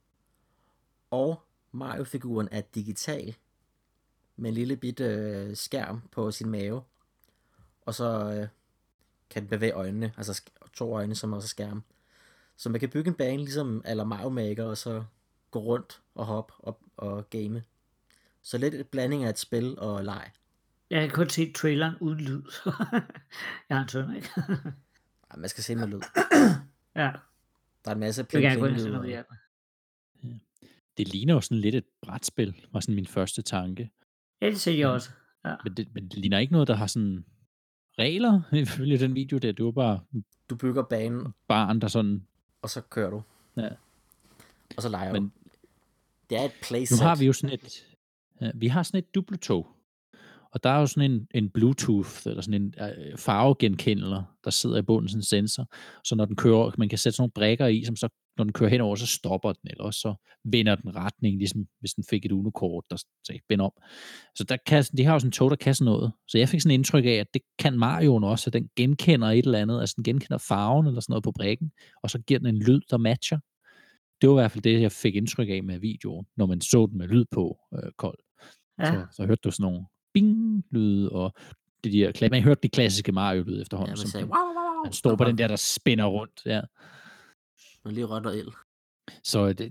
og Mario-figuren er digital, med en lille bitte øh, skærm på sin mave, og så øh, kan den bevæge øjnene, altså sk- to øjne, som også er skærm. Så man kan bygge en bane, ligesom eller Mario Maker, og så gå rundt og hoppe og, og game. Så lidt et blanding af et spil og leg. Jeg kan kun se traileren uden lyd. Jeg har en søn, ikke? Ej, man skal se med lyd. Ja, Der er en masse det vil jeg gerne gå ind og pling se noget pling mere. Det ligner jo sådan lidt et brætspil, var sådan min første tanke. Ja, det ser jeg også. Ja. Men det, men det ligner ikke noget, der har sådan regler, ifølge den video der. Det var bare et Du bygger banen, barn, der sådan... og så kører du. Ja. Og så leger Men du. Det er et playset. nu har vi jo sådan et... Ja, vi har sådan et dupletog. Og der er jo sådan en, en Bluetooth, eller sådan en øh, farvegenkendler, der sidder i bunden, sådan en sensor. Så når den kører, man kan sætte sådan nogle brækker i, som så, når den kører henover, så stopper den, eller også så vender den retning, ligesom hvis den fik et Uno-kort, der sagde, vend om. Så der kan, de har jo sådan en tog, der kan sådan noget. Så jeg fik sådan en indtryk af, at det kan Mario'en også, at den genkender et eller andet, altså den genkender farven, eller sådan noget på brækken, og så giver den en lyd, der matcher. Det var i hvert fald det, jeg fik indtryk af med videoen, når man så den med lyd på øh, kold. Ja. Så, så hørte du sådan nogle bing-lyde, og det de her, man hørte de klassiske Mario-lyde Ja, efterhånden, man som sagde, den, wow, wow, wow, han står når på den man, der, der spinner rundt. Ja. man lige rødt og el. Så det,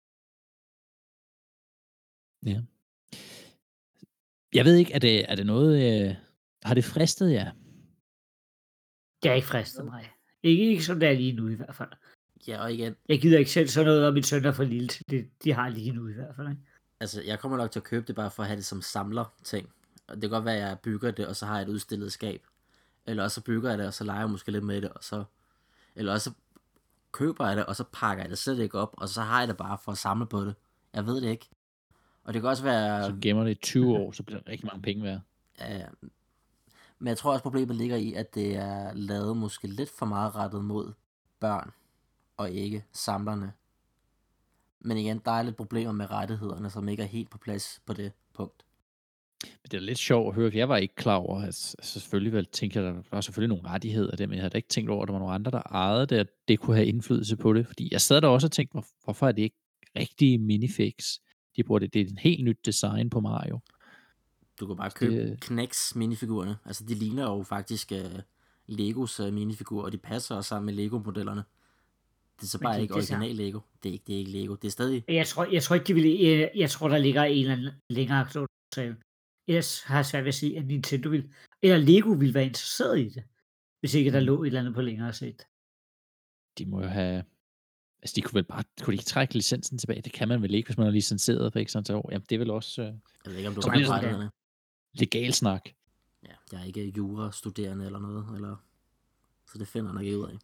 ja. Jeg ved ikke, er det, er det noget, øh, har det fristet jer? Det har ikke fristet mig. Ikke, ikke som det er lige nu i hvert fald. Ja, og igen, Jeg gider ikke selv sådan noget, og min søn er for lille til det. De har lige nu i hvert fald. Ikke? altså, jeg kommer nok til at købe det bare for at have det som samler-ting. Og det kan godt være, at jeg bygger det, og så har jeg et udstillet skab. Eller også så bygger jeg det, og så leger jeg måske lidt med det, og så... Eller også så køber jeg det, og så pakker jeg det slet ikke op, og så har jeg det bare for at samle på det. Jeg ved det ikke. Og det kan også være... Så gemmer det i tyve år, så bliver der rigtig mange penge værd. Ja, men jeg tror også, problemet ligger i, at det er lavet måske lidt for meget rettet mod børn, og ikke samlerne. Men igen, der er lidt problemer med rettighederne, som ikke er helt på plads på det punkt. Men det er lidt sjovt at høre, for jeg var ikke klar over, at altså selvfølgelig vel, tænkte jeg, at der var selvfølgelig nogle rettigheder der, men jeg havde ikke tænkt over, at der var nogle andre, der ejede det, at det kunne have indflydelse på det. Fordi jeg sad der også og tænkte, hvor, hvorfor er det ikke rigtige minifix? De bruger det, det er et helt nyt design på Mario. Du kan bare Så købe det- K'Nex minifigurerne. Altså, de ligner jo faktisk uh, Legos uh, minifigurer, og de passer også sammen med Lego-modellerne. Det er så Men bare det er ikke ikke det original Lego. Det er ikke, det er ikke Lego. Det er stadig... Jeg tror, jeg tror ikke, de vil, jeg, jeg tror, der ligger en eller anden længere aktuel aftale. Ellers har jeg svært ved at sige, at Nintendo vil, eller Lego vil være interesseret i det, hvis ikke der Mm. lå et eller andet på længere sigt. De må jo have... Altså, de kunne vel bare... Kunne de ikke trække licensen tilbage? Det kan man vel ikke, hvis man har licenseret for ikke sådan til år. Jamen, det er vel også øh, Jeg ved ikke, om du Så har bliver det rettighederne. legal snak. Ja, jeg er ikke jura-studerende eller noget, eller... så det finder jeg nok ikke ud af.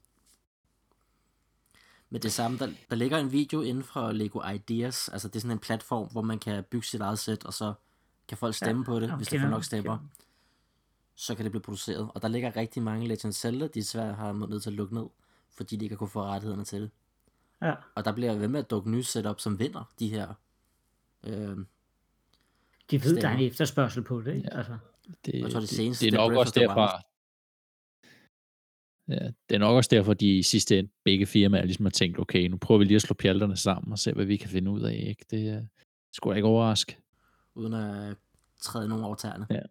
Men det samme, der, der ligger en video inden for Lego Ideas, altså det er sådan en platform, hvor man kan bygge sit eget sæt, og så kan folk stemme ja, på det, jeg hvis det kender får den, nok stemmer, kender så kan det blive produceret. Og der ligger rigtig mange Legend of Zelda, de desværre har nødt til at lukke ned, fordi de ikke har kunnet få rettighederne til det. Ja. Og der bliver ved med at dukke nye setup, som vinder de her. Øh, De ved, der er en Stemmer. efterspørgsel på det. Ikke? Ja. Altså, Det, Jeg tror, det det, seneste, det det er er nok Breath også of the derfra... Ja, det er nok også derfor, de i sidste ende, begge firmaer ligesom har tænkt, okay, nu prøver vi lige at slå pjalterne sammen og se, hvad vi kan finde ud af. Ikke? Det øh, skulle da ikke overraske. uden at træde nogen over tæerne. Ja.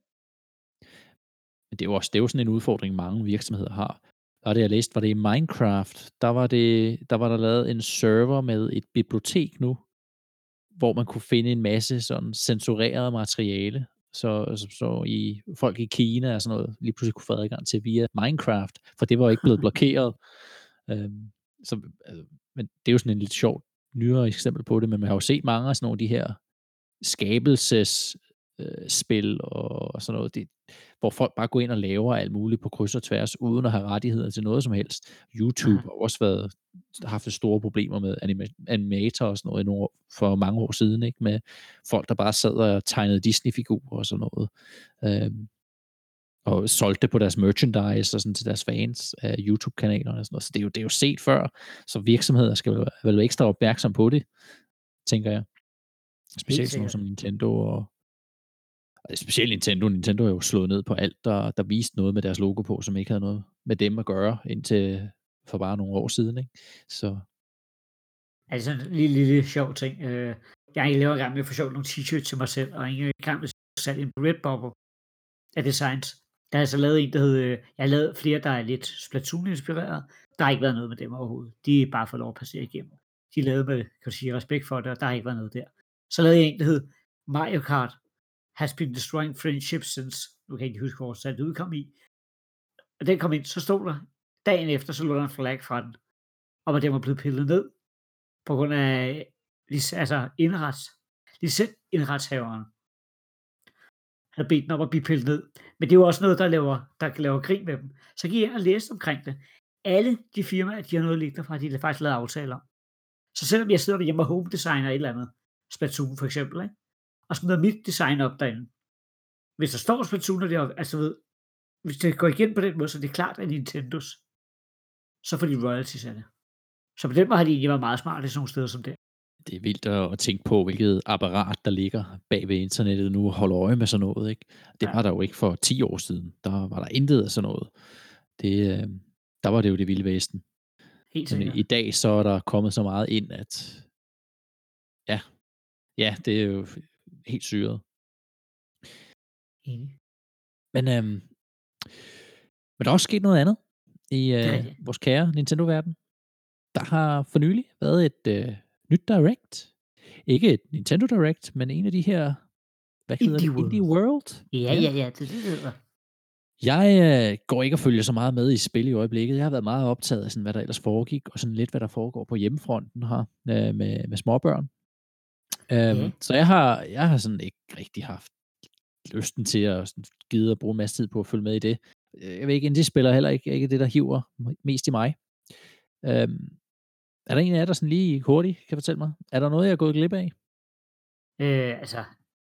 Men det er jo også det er jo sådan en udfordring, mange virksomheder har. Der er det, jeg læste, var det i Minecraft, der var, det, der var der lavet en server med et bibliotek nu, hvor man kunne finde en masse sådan censureret materiale, så, så, så i, folk i Kina og sådan noget, lige pludselig kunne få adgang til via Minecraft, for det var ikke blevet blokeret. øhm, så, øh, men det er jo sådan en lidt sjovt nyere eksempel på det, men man har jo set mange af sådan nogle af de her skabelses øh, spil og sådan noget, det, hvor folk bare går ind og laver alt muligt på kryds og tværs, uden at have rettigheder til noget som helst. YouTube Aha. har også været, haft store problemer med anima- animator og sådan noget i nogle år, for mange år siden, ikke? Med folk, der bare sad og tegnede Disney-figurer og sådan noget. Øhm, og solgte det på deres merchandise og sådan til deres fans af YouTube-kanalerne og sådan noget. Så det er jo, det er jo set før, så virksomheder skal vel være ekstra opmærksom på det, tænker jeg. Specielt sådan sikkert. som Nintendo og og specielt Nintendo. Nintendo er jo slået ned på alt, der, der viste noget med deres logo på, som ikke havde noget med dem at gøre, indtil for bare nogle år siden. Ikke? Så altså sådan en lille, lille sjov ting. Øh, jeg er i lavet i gang med at få sjovt nogle t-shirts til mig selv, og jeg er i gang med at sætte en Redbubble af designs. Der er altså lavet en, der hedder, jeg har lavet flere, der er lidt Splatoon-inspireret. Der har ikke været noget med dem overhovedet. De er bare fået lov at passere igennem. De er lavet med, kan du sige, respekt for det, og der har ikke været noget der. Så lavede jeg en, der hed Mario Kart has been destroying friendships since, nu kan jeg ikke huske, hvor det udkom i. Og den kom ind, så stod der, dagen efter, så lå der en flag fra den, om at den var blevet pillet ned, på grund af, altså, indrets, licensindretshaveren havde bedt den om at blive pillet ned. Men det er jo også noget, der laver, der laver grin med dem. Så gik jeg ind og læste omkring det. Alle de firmaer, de har noget liggende fra, de har faktisk lavet aftaler. Så selvom jeg sidder derhjemme og home designer et eller andet, Splatoon for eksempel, ikke? Og smider mit design op derinde. Hvis der står Splatoon, og det er, altså ved, hvis det går igen på den måde, så det er klart, at Nintendos, så får de royalties af det. Så på den måde har de egentlig været meget smarte i sådan nogle steder som det. det er vildt at, at tænke på, hvilket apparat, der ligger bag ved internettet nu og holder øje med sådan noget. Ikke? Det Ja. var der jo ikke for ti år siden. Der var der intet af sådan noget. Det, øh, der var det jo det vilde vesten. Helt Men sikkert. i dag så er der kommet så meget ind, at ja, ja, det er jo helt syret. Enig. Men, øhm, men der er også sket noget andet i Det er øh, rigtigt. vores kære Nintendo-verden. Der har for nylig været et øh, nyt Direct. Ikke et Nintendo Direct, men en af de her, hvad hedder Indie det? World. Indie World? Ja, ja, ja, det er det, det hedder. Jeg øh, går ikke og følger så meget med i spil i øjeblikket. Jeg har været meget optaget af, sådan, hvad der ellers foregik, og sådan lidt, hvad der foregår på hjemmefronten her øh, med, med småbørn. Øhm, Ja. Så jeg har, jeg har sådan ikke rigtig haft lysten til at sådan, gide at bruge en masse tid på at følge med i det. Øh, Jeg ved ikke, indie-spiller heller ikke, ikke det, der hiver mest i mig. Øhm, er der en af jer, der sådan lige hurtigt kan fortælle mig? Er der noget, jeg er gået glip af? Øh, altså,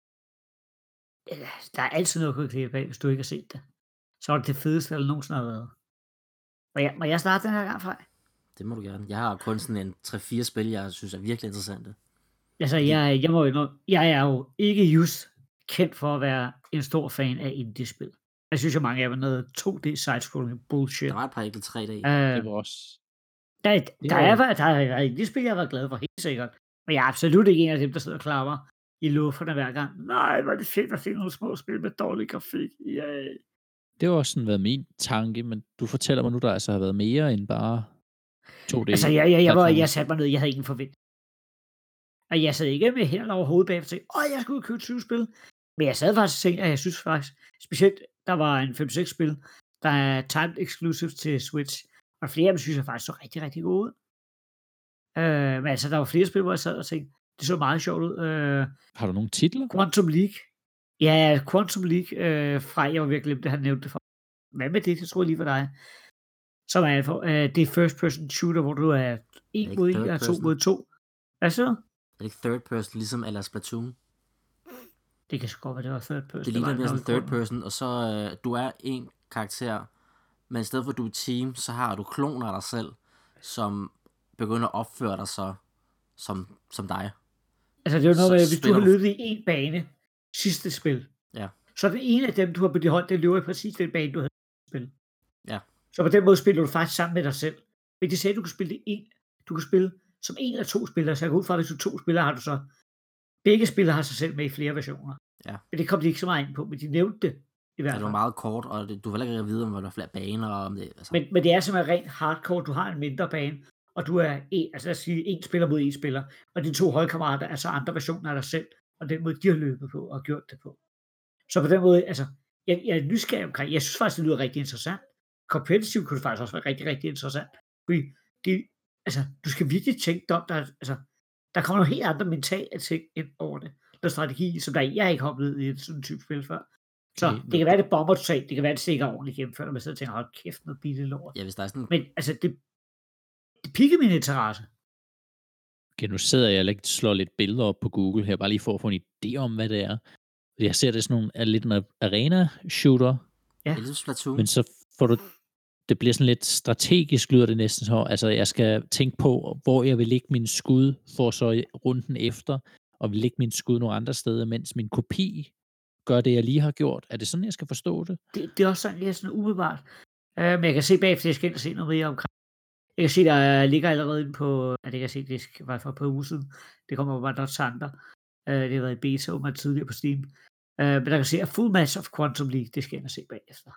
øh, der er altid noget at gå glip af, hvis du ikke har set det. Så er det det fedeste, der nogensinde har været. Må jeg, må jeg starte den her gang, Frej? Det må du gerne. Jeg har kun sådan en tre fire spil, jeg synes er virkelig interessante. Altså, jeg, jeg, må jo, nå- jeg er jo ikke just kendt for at være en stor fan af indie-spil. Jeg synes jo, mange af dem er noget to D side-scrolling bullshit. Der var et par enkelte tre D. Øh, Det var også... der, det der, var- er, der, der er indie-spil, jeg har været glad for, helt sikkert. Men jeg er absolut ikke en af dem, der sidder og klapper i lufterne hver gang. Nej, hvor er det fedt at se nogle små spil med dårlig grafik. Yeah. Det har også sådan været min tanke, men du fortæller mig nu, der altså har været mere end bare to D. Altså, jeg, jeg, jeg, var, platformer. jeg satte mig ned, jeg havde ingen forventning. Og jeg sad ikke med hænderne over hovedet bagefter og tænkte, åh, jeg skal ud og købe tyve spil. Men jeg sad faktisk og tænkte, at jeg synes faktisk, specielt, der var en fem seks spil, der er timed exclusive til Switch. Og flere af dem synes jeg faktisk så rigtig, rigtig gode ud. Øh, men altså, der var flere spil, hvor jeg sad og tænkte, det så meget sjovt ud. Øh, Har du nogle titler? Quantum League. Ja, Quantum League, øh, fra jeg var virkelig glemt, det han nævnte det for. Hvad med det? Det tror jeg lige var dig. Som er for, øh, det er first person shooter, hvor du er en ikke mod en, third og to person? mod to. Hvad så? Er det ikke third person, ligesom a la Splatoon? Det kan sgu godt være, det var third person. Det ligner var mere sådan nok third grunden. person, og så øh, du er en karakter, men i stedet for at du er team, så har du kloner af dig selv, som begynder at opføre dig så som, som dig. Altså, det er jo noget Så med, hvis du spiller har du- løbet i en bane, sidste spil, Ja. så er det en af dem, du har på dit hold, det løber i præcis den bane, du havde spillet. Ja. Så på den måde spiller du faktisk sammen med dig selv. Men det sagde, du kan spille det en. Du kan spille som en eller to spillere, så jeg går ud fra, at hvis du er to spillere, har du så... Begge spillere har sig selv med i flere versioner. Ja. Men det kom de ikke så meget ind på, men de nævnte det i hvert Det fald. var meget kort, og det, du vil ikke rigtig vide, om der er flere baner, og om det... Altså, Men, men det er simpelthen rent hardcore. Du har en mindre bane, og du er en, altså lad os sige, en spiller mod en spiller, og dine to holdkammerater er så andre versioner af dig selv, og den måde, de har løbet på og gjort det på. Så på den måde, altså, jeg, jeg er nysgerrig omkring, jeg synes faktisk, det lyder rigtig interessant. Competitive kunne det faktisk også være rigtig, rigtig interessant. Fordi det, altså, du skal virkelig tænke dig om, der, altså, der kommer nogle helt andre mentale ting ind over det. Der er strategi, som der jeg ikke har oplevet i et sådan type spil før. Så Okay, det kan være, det bomber totalt, det kan være, det stikker ordentligt gennemført, og man sidder og tænker, hold kæft, noget billigt lort. ja, hvis der er sådan... Men altså, det, det pikker min interesse. Okay, nu sidder jeg og lidt- slår lidt billeder op på Google her, bare lige for at få en idé om, hvad det er. Jeg ser det sådan nogle, er lidt en arena-shooter, Ja. Det er lidt Splatoon. men så får du, det bliver sådan lidt strategisk, lyder det næsten så. Altså, jeg skal tænke på, hvor jeg vil lægge min skud, for så i runden efter, og vil lægge min skud nogle andre steder, mens min kopi gør det, jeg lige har gjort. Er det sådan, jeg skal forstå det? Det, det er også sådan, jeg er sådan umiddelbart. Uh, men jeg kan se bagefter, jeg skal ind og se noget mere omkring. Jeg kan se, der ligger allerede inde på, ja, det kan jeg se, det var for på uge siden. Det kommer bare der til andre. Uh, det har været i beta, og man tidligere på Steam. Uh, men der kan se, at Full Match of Quantum League, det skal jeg ind og se bagefter.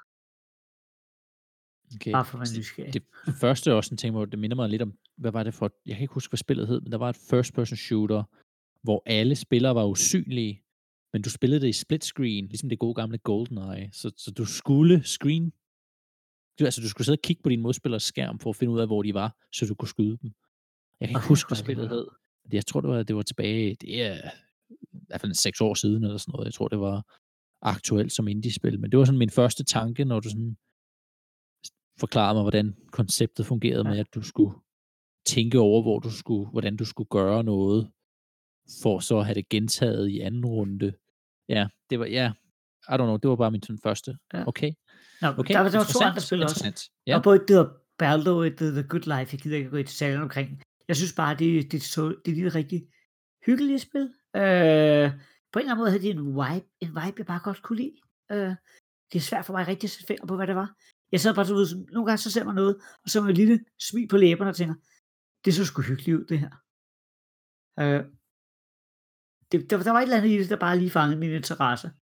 Okay. Bare for at være Så nysgerrig. Det første er også en ting, hvor det minder mig lidt om, hvad var det for, jeg kan ikke huske, hvad spillet hed, men der var et first-person shooter, hvor alle spillere var usynlige, men du spillede det i split screen, ligesom det gode gamle GoldenEye, så, så du skulle screen, du, altså du skulle sidde og kigge på din modspillers skærm, for at finde ud af, hvor de var, så du kunne skyde dem. Jeg kan ikke Okay, huske, hvad godt, spillet det var- hed. Men Jeg tror, det var, det var tilbage, det er i hvert fald seks år siden, eller sådan noget. Jeg tror, det var aktuelt som indie-spil, men det var sådan min første tanke, når du sådan forklarede mig, hvordan konceptet fungerede Ja. med, at du skulle tænke over, hvor du skulle, hvordan du skulle gøre noget, for så at have det gentaget i anden runde. Ja, det var, ja, I don't know, det var bare min sådan første. Ja. Okay, Nå, okay. der, var- der var to interessant, andre spil også. interessant. Ja. Ja, Og både det og Baldo og The, The Good Life, jeg gider ikke gå i detaljer omkring. Jeg synes bare, det, det, så, det er lige rigtig hyggelige spil. Øh, på en eller anden måde havde de en vibe, en vibe, jeg bare godt kunne lide. Øh, det er svært for mig rigtig at sætte finger på, hvad det var. Jeg sad bare ud, nogle gange så ser man noget, og så med et lille smil på læberne og tænker, det så sgu hyggeligt ud, det her. Øh, det, der, der var et eller andet i det, der bare lige fangede min interesse.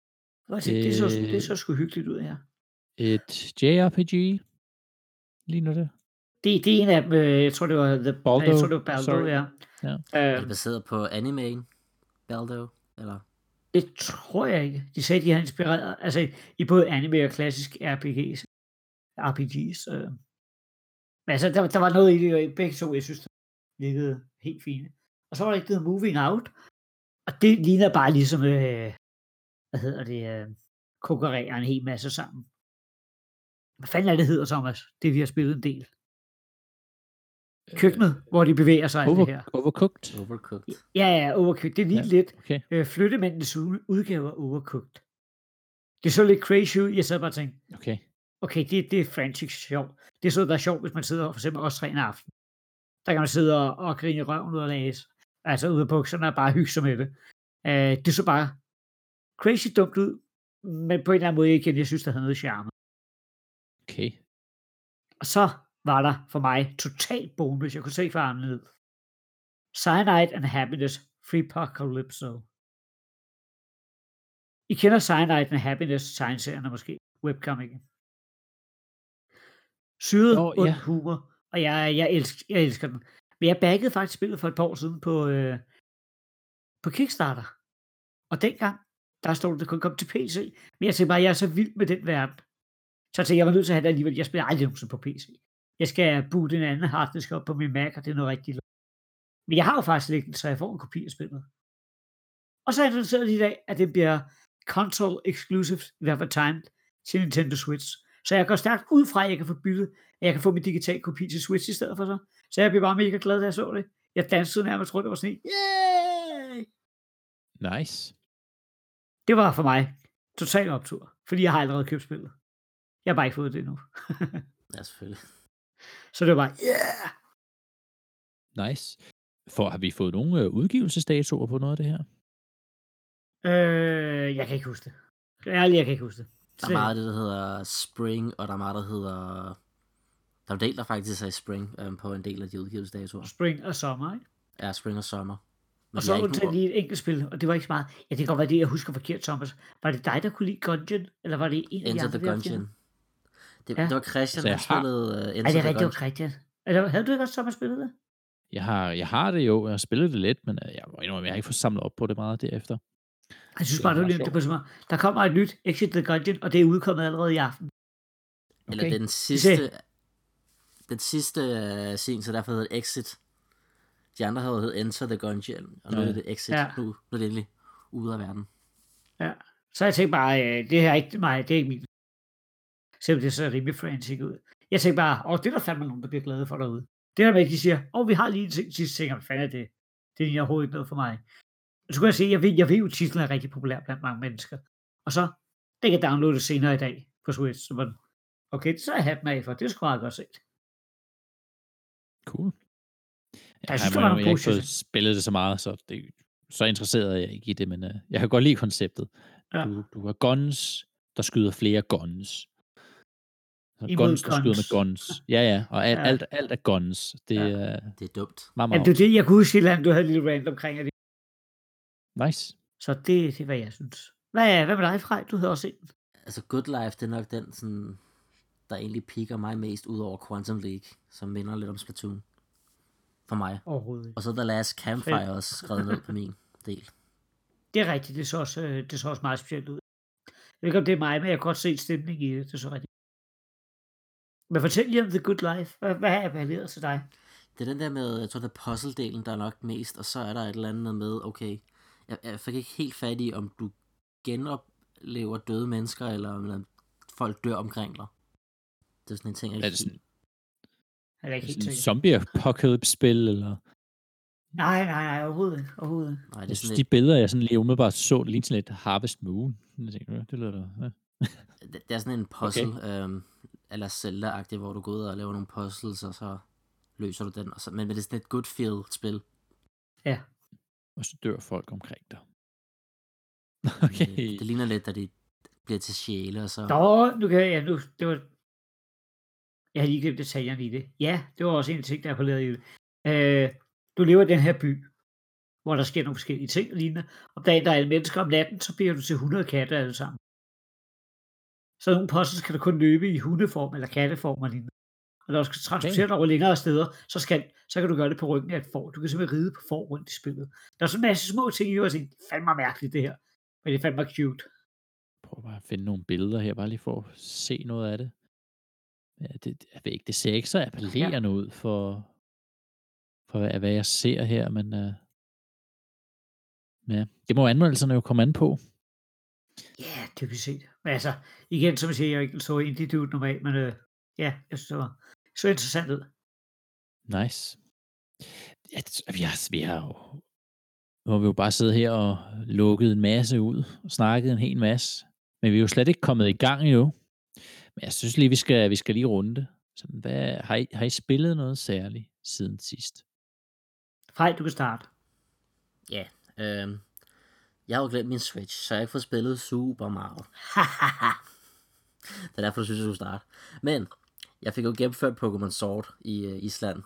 Hvor det, det, så, det Øh, så sgu hyggeligt ud, ja. et J R P G. Ligner det. Det, det er en af dem, øh, jeg tror det var The, Baldo, jeg tror det var Baldo, sorry. ja. Ja. Er det Øhm, baseret på animeen? Baldo? Eller? det tror jeg ikke. De sagde, de har inspireret, altså i både anime og klassisk R P G's, R P G's. Øh. Men altså, der, der var noget i det, og begge to, jeg synes, der virkede helt fine. Og så var der ikke det Moving Out, og det ligner bare ligesom, øh, hvad hedder det, øh, konkurrerer en hel masse sammen. Hvad fanden er det hedder, Thomas? Det vi har spillet en del. Køkkenet, hvor de bevæger sig alt Over, det her. overcooked. Overcooked. Ja, ja, Overcooked. Det er lige Ja, lidt okay. øh, flyttemændenes u- udgave af Overcooked. Det så lidt crazy ud. Jeg sad bare og tænkte, Okay. okay, det, det er frantic sjovt. Det er sådan, der er sjovt, hvis man sidder for eksempel også træner aften. Der kan man sidde og, og grine røven ud af læse. Altså ude af bukserne og bare hygge sig med det. Uh, det så bare crazy dumt ud, men på en eller anden måde igen, jeg synes, der havde noget charme. Okay. Og så var der for mig total bonus. Jeg kunne se for armene ned. Cyanide and Happiness Freepocalypso. I kender Cyanide and Happiness tegneserierne måske. Webcomicken. Syret Åh, oh, ond ja. humor. Og jeg, jeg, elsker, jeg elsker den. Men jeg baggede faktisk spillet for et par år siden på, øh, på Kickstarter. Og dengang, der stod det, det kunne komme til P C. Men jeg tænkte bare, jeg er så vild med den verden. Så jeg tænkte, jeg var nødt til at have det alligevel. Jeg spiller aldrig nogensinde på P C. Jeg skal boote en anden harddisk op på min Mac, og det er noget rigtig lort. Men jeg har jo faktisk liggende, så jeg får en kopi af spillet. Og så er det så i dag, at det bliver console exclusive, i hvert fald timed, til Nintendo Switch. Så jeg går stærkt ud fra, at jeg kan få byttet, at jeg kan få min digital kopi til Switch i stedet for så. Så jeg bliver bare mega glad, da jeg så det. Jeg dansede nærmest rundt, det var sådan en, yay! Nice. Det var for mig total optur, fordi jeg har allerede købt spillet. Jeg har bare ikke fået det endnu. Ja, selvfølgelig. Så det var bare, yeah! Nice. For har vi fået nogle øh, udgivelsesdatoer på noget af det her? Øh, jeg kan ikke huske det. Ærligt, jeg kan ikke huske det. Der er meget af det, der hedder Spring, og der er meget, der hedder... Der er en del, der faktisk er i Spring øhm, på en del af de udgivelsesdatoer. Spring og sommer, ikke? Ja, Spring og sommer. Men Og de så er ikke undtaget nu- lige et enkelt spil, og det var ikke så meget. Ja, det kan godt være det, jeg husker forkert, Thomas. Var det dig, der kunne lide Gungeon? Eller var det en af de Enter andre, the der Gungeon. fjerne? Det, Ja. det var Christian, Altså, der jeg har- spillede uh, Ej, Enter det er the rigtigt, det var Gungeon. Christian. Eller havde du ikke også Thomas spillet det? Jeg har, jeg har det jo, jeg har spillet det lidt, men øh, jeg, må indrømme, jeg har ikke fået samlet op på det meget derefter. Jeg synes Det bare, er det var meget nemt, det på som om, der kommer et nyt Exit the Gungeon, og det er udkommet allerede i aften. Eller Okay. den sidste... Den sidste uh, scene, så derfor hedder det Exit. De andre havde heddet Enter the Gungeon, og nu Ja. er det Exit. Ja. Nu, nu er det endelig ude af verden. Ja. Så jeg tænkte bare, øh, det her er ikke mig, det er ikke min. Selvom det ser rimelig frantic ud. Jeg tænkte bare, åh, det er der fandme nogen, der bliver glade for derude. Det der med, at de siger, åh, vi har lige en ting, sidste ting, hvad fanden er det? Det er overhovedet ikke noget for mig. Og så kunne jeg se, jeg ved, jeg ved jo, at titlen er rigtig populær blandt mange mennesker. Og så, det kan downloades senere i dag på Switch. Så var den, okay, så er jeg hatten af for, det er sgu meget godt set. Cool. Jeg Jeg, synes, jeg, der var må, nogle jeg har ikke positive fået spillet det så meget, så det, så interesseret er jeg ikke i det, men uh, jeg kan godt lide konceptet. Ja. Du, du har guns, der skyder flere guns. Så Imod guns, der skyder med guns. guns. Ja, ja, og alt, Ja. alt, alt er guns. Det Ja. er Det er dumt. meget, Jamen, meget det er det, jeg kunne huske, at du havde en lille rant omkring det. nice. Så det, det er, hvad jeg synes. Hvad, hvad med dig, Frej? Du havde også set den. Altså Good Life, det er nok den, sådan, der egentlig piker mig mest ud over Quantum League, som minder lidt om Splatoon. For mig. Overhovedet ikke. Og så The Last Campfire også skrevet ned på min del. Det er rigtigt, det så også, øh, det så også meget specielt ud. Jeg ved ikke, om det er mig, men jeg kan godt se stemning i det, det så rigtigt. Men fortæl lige om The Good Life. Hvad, hvad har jeg appelleret til dig? Det er den der med, jeg tror, det er puzzle-delen, der er nok mest, og så er der et eller andet med, okay, jeg, jeg fik ikke helt fat i, om du genoplever døde mennesker, eller om folk dør omkring dig. Det er sådan en ting, jeg Er ikke det sådan, helt... Jeg er ikke helt sådan sikker. zombie-apocalypse-spil, eller? Nej, nej, nej, overhovedet ikke. Overhovedet ikke. Nej, det er Jeg synes, sådan de et, billeder, jeg sådan lige umiddelbart så, det lignede sådan lidt Harvest Moon. Jeg tænkte, "Ja, det lyder da... Ja. det, det er sådan en puzzle, okay. øhm, eller Zelda-agtigt, hvor du går ud og laver nogle puzzles, og så løser du den. Og så, men det er sådan et good feel-spil. Ja. Og så dør folk omkring dig. Det, Okay. det ligner lidt, da de bliver til sjæle, og så... Nå, nu kan jeg, ja, nu, det var, jeg har lige glemt detaljerne i det. Ja, det var også en af de ting, der er appelleret i det. Øh, du lever i den her by, hvor der sker nogle forskellige ting og lignende. Om dagen, der er alle mennesker, om natten, så bliver du til hundrede katte alle sammen. Så nogle poster kan du kun løbe i hundeform eller katteform og lignende. Og når du skal transportere Okay. dig over længere steder, så, skal, så kan du gøre det på ryggen af et får. Du kan simpelthen ride på får rundt i spillet. Der er sådan en masse små ting, i og tænke, fandme mærkeligt det her. Men det er fandme cute. Prøv bare at finde nogle billeder her, bare lige for at se noget af det. Ja, det, jeg ved ikke, det ser ikke så appellerende ud for, for hvad, hvad jeg ser her, men uh, ja, det må anmeldelserne jo komme an på. Ja, yeah, typisk set. Men altså, igen, som jeg siger, jeg er ikke så indie dude normalt, men øh, ja, jeg synes, det var så interessant ud. Nice. Ja, det, vi, har, vi har jo nu har vi jo bare siddet her og lukket en masse ud og snakket en hel masse, men vi er jo slet ikke kommet i gang endnu. Men jeg synes lige, vi skal, vi skal lige runde det. Sådan, hvad, har, I, har I spillet noget særligt siden sidst? Frej, du kan starte. Ja, øh, jeg har jo glemt min Switch, så jeg har ikke fået spillet Super Mario. Det er derfor, jeg synes, jeg skulle starte. Men jeg fik jo gennemført Pokémon Sword i uh, Island.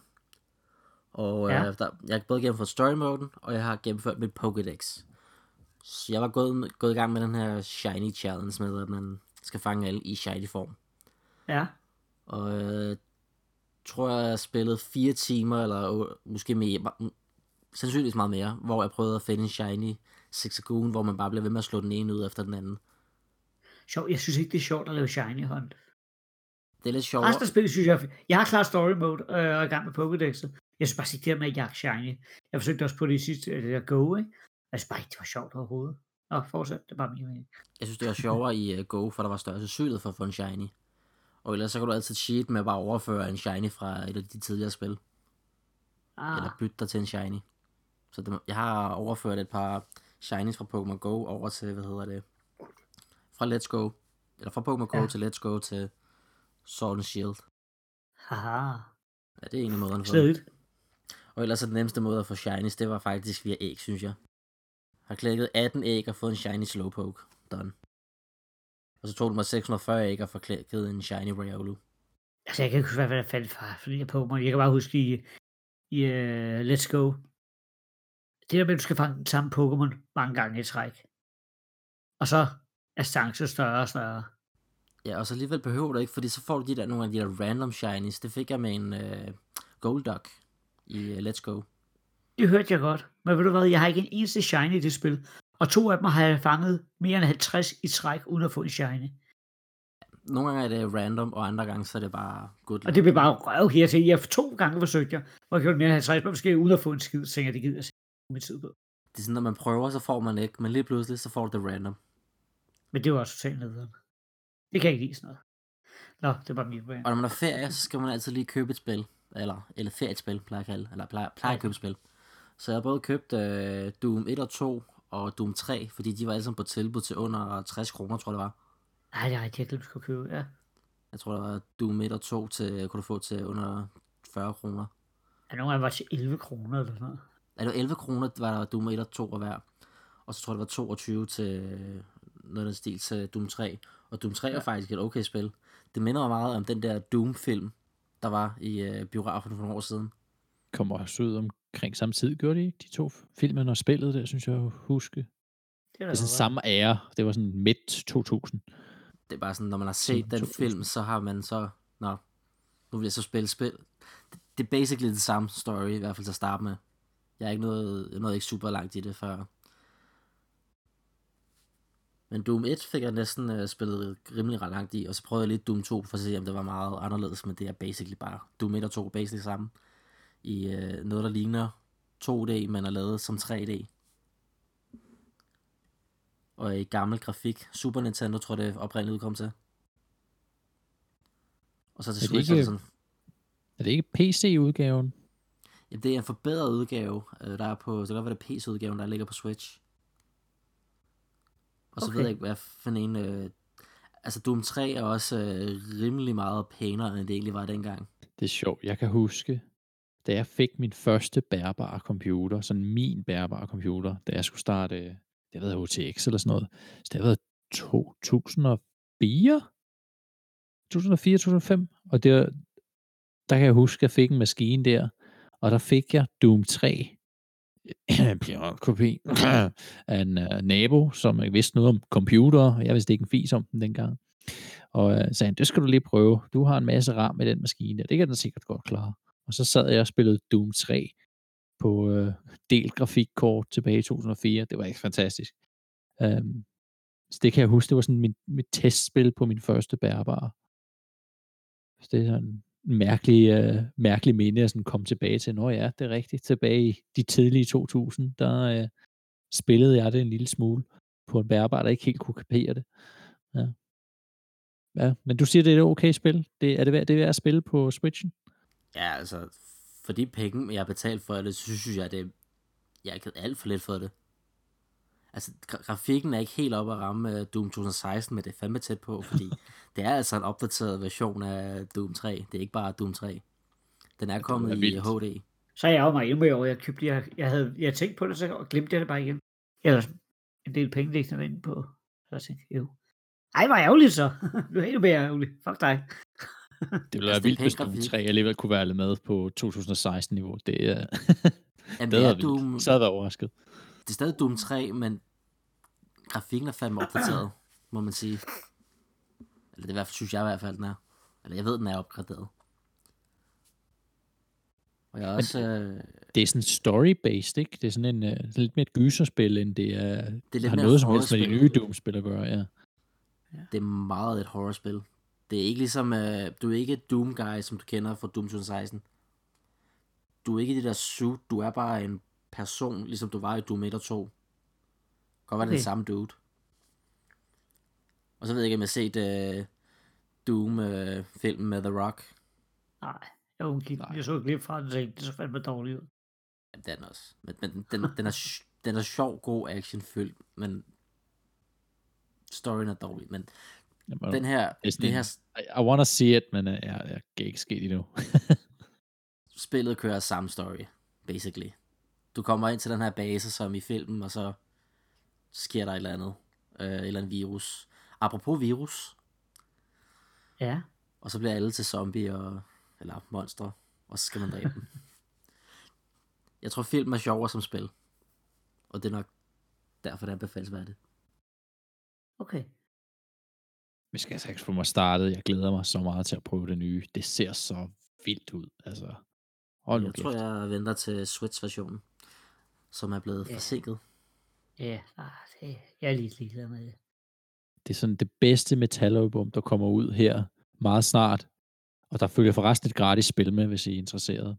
Og Ja. øh, der, jeg har både gennemført story moden, og jeg har gennemført mit Pokédex. Så jeg var gået, gået i gang med den her Shiny Challenge med, at man skal fange alle i Shiny form. Ja. Og øh, tror jeg, jeg har spillet fire timer, eller øh, måske mere, sandsynligvis meget mere, hvor jeg prøvede at finde en Shiny Zigzagoon, hvor man bare bliver ved med at slå den ene ud efter den anden. Sjov, jeg synes ikke, det er sjovt at lave shiny hunt. Det er lidt sjovere. Resten af spillet synes jeg, jeg har klart story mode, øh, og er i gang med Pokédex'et. Jeg synes bare ikke, det her med at jagte shiny. Jeg forsøgte også på det sidste, det der Go, ikke? Jeg synes bare ikke, det var sjovt overhovedet. Nå, fortsæt, det er bare min mening. Jeg synes, det var sjovere i uh, Go, for der var større sandsynlighed for at få en Shiny. Og ellers så kan du altid cheat med at bare overføre en Shiny fra et af de tidligere spil. Ah, Eller bytte dig til en Shiny. Så det, jeg har overført et par Shinies fra Pokémon Go over til, hvad hedder det, fra Let's Go. Eller fra Pokémon Go Ja. til Let's Go til Sword and Shield. haha. Ja, det er en af måderne for det. Svedigt. Og ellers er den nemmeste måde at få Shinies, det var faktisk via æg, synes jeg. Har klikket atten æg og fået en Shiny Slowpoke. Done. Og så tog det mig seks hundrede og fyrre æg og få klikket en Shiny Riolu. Altså, jeg kan ikke huske, hvad der faldt fra, fordi jeg Pokémon. Jeg kan bare huske i, i uh, Let's Go. Det der med, at du skal fange den samme Pokémon mange gange i træk. Og så er chancen større og større. Ja, og så alligevel behøver du ikke, fordi så får du de der, nogle af de der random Shinies. Det fik jeg med en uh, Golduck i uh, Let's Go. Det hørte jeg godt. Men ved du hvad, jeg har ikke en eneste shiny i det spil. Og to af dem har jeg fanget mere end halvtreds i træk, uden at få en shiny. Nogle gange er det random, og andre gange så er det bare good Og luck. det blev bare røv her til. Jeg to gange forsøgte jeg, hvor jeg gjorde mere end halvtreds, men måske uden at få en skid, så tænker jeg, det gider jeg se min tid på. Det er sådan, når man prøver, så får man ikke, men lige pludselig, så får du det random. Men det var også totalt nederen. Det kan jeg ikke lide sådan noget. Nå, det var min brand. Og når man er ferie, så skal man altid lige købe et spil. Eller, eller feriespil, plejer jeg at kalde. Eller plejer, plejer at købe et spil. Så jeg har både købt øh, Doom et og to og Doom tre, fordi de var alle sammen på tilbud til under tres kroner, tror jeg det var. Nej, det har jeg glemt, skulle købe, ja. Jeg tror, der var Doom et og to til, kunne du få til under fyrre kroner. Ja, nogle af dem var til elleve kroner eller sådan noget. Ja, det var elleve kroner, var der Doom et og to og hver. Og så tror jeg, det var toogtyve til noget af den stil til Doom tre. Og Doom tre ja. er faktisk et okay spil. Det minder mig meget om den der Doom-film, der var i øh, biografen for nogle år siden. Kommer også ud omkring samme tid, gjorde de ikke? De to filmen og spillet der, synes jeg at huske. Det er, Det er sådan samme ære. Det var sådan midt to tusind. Det er bare sådan, når man har set den to tusind. film, så har man så, nå, nu vil jeg så spille spil. Det, det er basically det samme story, i hvert fald til at starte med. Jeg er ikke noget, jeg nåede ikke super langt i det før. Men Doom et fik jeg næsten uh, spillet rimelig ret langt i, og så prøvede jeg lidt Doom to for at se, om det var meget anderledes, men det er basically bare Doom et og to basically samme. I uh, noget, der ligner to D, men er lavet som tre D. Og i gammel grafik. Super Nintendo, tror jeg, det oprindeligt udkom til. Og så til Er det Switch er ikke- det sådan, Er det ikke P C-udgaven? ja, det er en forbedret udgave, øh, der er på, så kan godt være det P C-udgaven, der ligger på Switch. Og så Okay. Okay. ved jeg ikke, hvad for en, øh, altså Doom tre er også øh, rimelig meget pænere, end det egentlig var dengang. Det er sjovt. Jeg kan huske, da jeg fik min første bærbare computer, sådan min bærbare computer, da jeg skulle starte, øh, det har været H T X eller sådan noget, så det har været to tusind og fire? to tusind og fire, to tusind og fem? Og det, var- der kan jeg huske, at jeg fik en maskine der, og der fik jeg Doom tre, piratkopi af en uh, nabo, som ikke vidste noget om computer, og jeg vidste ikke en fis om den dengang. Og øh, sagde han, det skal du lige prøve. Du har en masse RAM i den maskine, og det kan den sikkert godt klare. Og så sad jeg og spillede Doom tre på øh, delt grafikkort tilbage i to tusind og fire. Det var ikke fantastisk. Um, så det kan jeg huske, det var sådan mit, mit testspil på min første bærbare. Så det er sådan en mærkelig, øh, mærkelig minde, jeg sådan kom tilbage til. Nå ja, det er rigtigt. Tilbage i de tidlige to tusind, der øh, spillede jeg det en lille smule på en bærbar, der ikke helt kunne kapere det. Ja. Ja, men du siger, det er et okay spil. Det, er det værd, det er værd at spille på Switchen? Ja, altså, for de penge, jeg har betalt for det, så synes jeg, det jeg har givet alt for lidt for det. Altså, gra- grafikken er ikke helt oppe at ramme uh, Doom to tusind og seksten, men det er fandme tæt på, fordi det er altså en opdateret version af Doom tre. Det er ikke bare Doom tre. Den er kommet i H D. Så er jeg jo mig endnu mere over, jeg købte, jeg, jeg havde jeg tænkt på det, så glemte jeg det bare igen. Ellers en del penge liggende inde på, så jeg tænkte, jo. Ej, hvor ærgerligt så. Du er endnu mere ærgerlig. Fuck dig. Det ville Altså, være det er vildt, pæn hvis Doom grafik. tre alligevel kunne være med på to tusind og seksten-niveau. Det er... Jamen, det det er er Doom, vildt. Så havde jeg været overrasket. det er stadig Doom tre, men grafikken er fandme opdateret, må man sige. Eller det er i hvert fald, synes jeg i hvert fald, den er. Eller jeg ved, den er opgraderet. Og jeg er også... Øh, Det er sådan story-based, ikke? Det er sådan en uh, sådan lidt mere et gyserspil, end det er... det er lidt har mere noget som helst med de horrorspil. nye Doom-spil at gøre, ja. Det er meget et horrorspil. Det er ikke ligesom... Øh, du er ikke et Doom-guy, som du kender fra Doom to tusind og seksten. Du er ikke i det der suit. Du er bare en person, ligesom du var i Doom et og to. Godt være okay. Okay. Den samme dude. Og så ved jeg ikke, om jeg har set øh, Doom-filmen øh, med The Rock. Nej, jeg, var gik, jeg så et klip fra den, og tænkte, det så fandme dårligt ud. Jamen, den også. Men, men den, den, er, sj- den er sjov, god actionfyldt, men storyen er dårlig. Men Jamen, den her, det er sådan det en- her I, I wanna see it, men uh, jeg, jeg kan ikke ske det nu. spillet kører samme story, basically. Du kommer ind til den her base, som i filmen, og så sker der et eller andet. Øh, et eller andet virus. Apropos virus, Ja. og så bliver alle til zombie og, eller monstre, og så skal man dræbe dem. Jeg tror, film er sjovere som spil. Og det er nok derfor, det er befaldsværdigt. Okay. Vi skal altså ikke få mig startet. Jeg glæder mig så meget til at prøve det nye. Det ser så vildt ud. Altså, hold nu Jeg kæft. tror, jeg venter til Switch-versionen, som er blevet Ja. forsinket. Ja, ah, det, jeg er lidt ligeglad med det. Det er sådan det bedste metalalbum, der kommer ud her meget snart. Og der følger forresten et gratis spil med, hvis I er interesseret.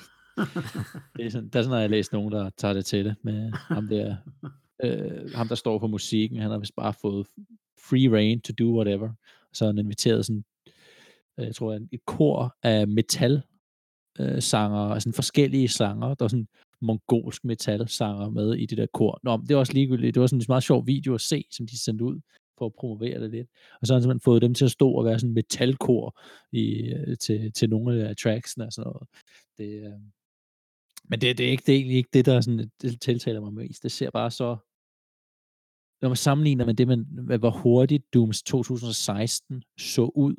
Det er sådan, der er sådan, når jeg har læst nogen, der tager det til det. Med ham der, øh, ham der står for musikken. Han har vist bare fået free reign to do whatever. Så har han inviteret sådan, øh, jeg tror, et kor af metal øh, sanger, altså forskellige sanger. Der er sådan mongolsk metal-sanger med i det der kor. Nå, men det er også ligegyldigt. Det var sådan en meget sjov video at se, som de sendte ud for at promovere det lidt. Og så har han simpelthen fået dem til at stå og være sådan en metalkor i, øh, til, til nogle af tracksene og sådan noget. Det, øh... Men det, det, er ikke, det er egentlig ikke det, der er sådan, det tiltaler mig mest. Det ser bare så... Når man sammenligner med det, man, med hvor hurtigt Dooms to tusind og seksten så ud,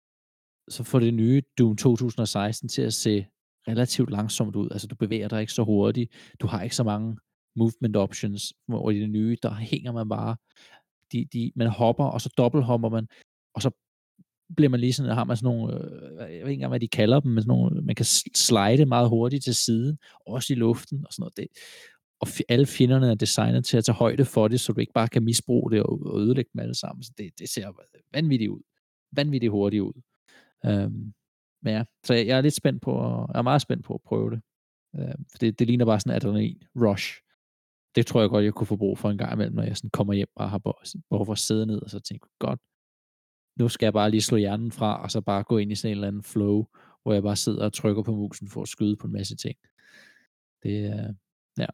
så får det nye Doom to tusind og seksten til at se relativt langsomt ud. Altså, du bevæger dig ikke så hurtigt. Du har ikke så mange movement options, hvor i det nye, der hænger man bare. De, de, man hopper, og så dobbelthopper man, og så bliver man lige sådan, har man sådan nogle, øh, jeg ved ikke engang, hvad de kalder dem, men sådan nogle, man kan slide meget hurtigt til siden, også i luften, og sådan noget. Det, og f- alle fjenderne er designet til at tage højde for det, så du ikke bare kan misbruge det og, og ødelægge dem alle sammen. Så det, det ser vanvittigt ud. Vanvittigt hurtigt ud. Um, men ja, så jeg, jeg er lidt spændt på, jeg er meget spændt på at prøve det. Um, for det, det ligner bare sådan en adrenalin rush. Det tror jeg godt, jeg kunne få brug for en gang imellem, når jeg sådan kommer hjem og har behov for at sidde ned, og så tænke, godt, nu skal jeg bare lige slå hjernen fra, og så bare gå ind i sådan en eller anden flow, hvor jeg bare sidder og trykker på musen for at skyde på en masse ting. Det er, uh, ja.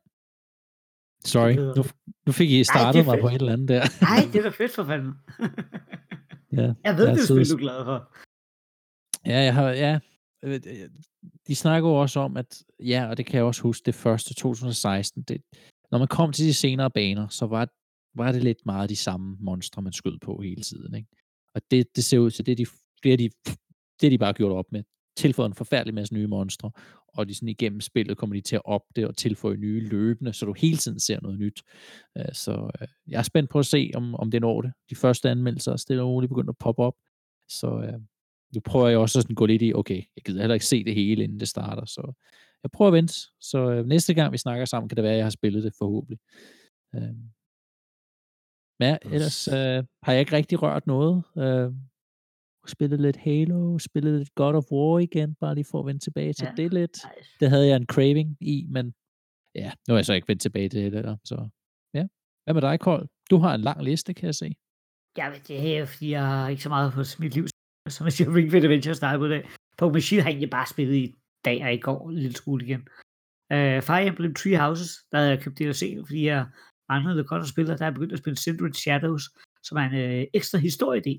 Sorry, Det lyder- nu, nu fik I startet det er mig fedt. på et eller andet der. Nej, det er da fedt for fanden. Ja, Jeg ved, jeg det er sidder- spil, du er glad for. Ja, jeg har, ja. øh, De snakker jo også om, at ja, og det kan jeg også huske, det første to tusind og seksten, det, når man kom til de senere baner, så var, var det lidt meget de samme monstre, man skød på hele tiden, ikke? Og det, det ser ud til, det, de, det, er de, det er de bare gjort op med. Tilføjet en forfærdelig masse nye monstre, og de sådan igennem spillet kommer de til at op det og tilføje nye løbende, så du hele tiden ser noget nyt. Øh, Så øh, jeg er spændt på at se, om, om det når det. De første anmeldelser er stille og roligt begyndt at poppe op. Så øh, nu prøver jeg også sådan at gå lidt i, okay, jeg gider heller ikke se det hele, inden det starter, så jeg prøver at vente. Så øh, næste gang, vi snakker sammen, kan det være, at jeg har spillet det forhåbentlig. Øh, men ja, ellers øh, har jeg ikke rigtig rørt noget. Øh, spillet lidt Halo, spillet lidt God of War igen, bare lige for at vende tilbage til Ja, det lidt. nice. Det havde jeg en craving i, men ja, nu er jeg så ikke vendt tilbage til det der, så ja. Hvad med dig, Kold? Du har en lang liste, kan jeg se. Ja, men det er fordi, jeg har ikke så meget på mit liv, som jeg siger, Ring Fit Adventure startede på i dag. Pokémon Shield har jeg egentlig bare spillet i dag og i går en lille smule igen. Uh, Fire Emblem Three Houses, der havde jeg købt D L C, fordi jeg manglede noget godt at spille, og der er jeg begyndt at spille Sindred Shadows, som er en uh, ekstra historiedel,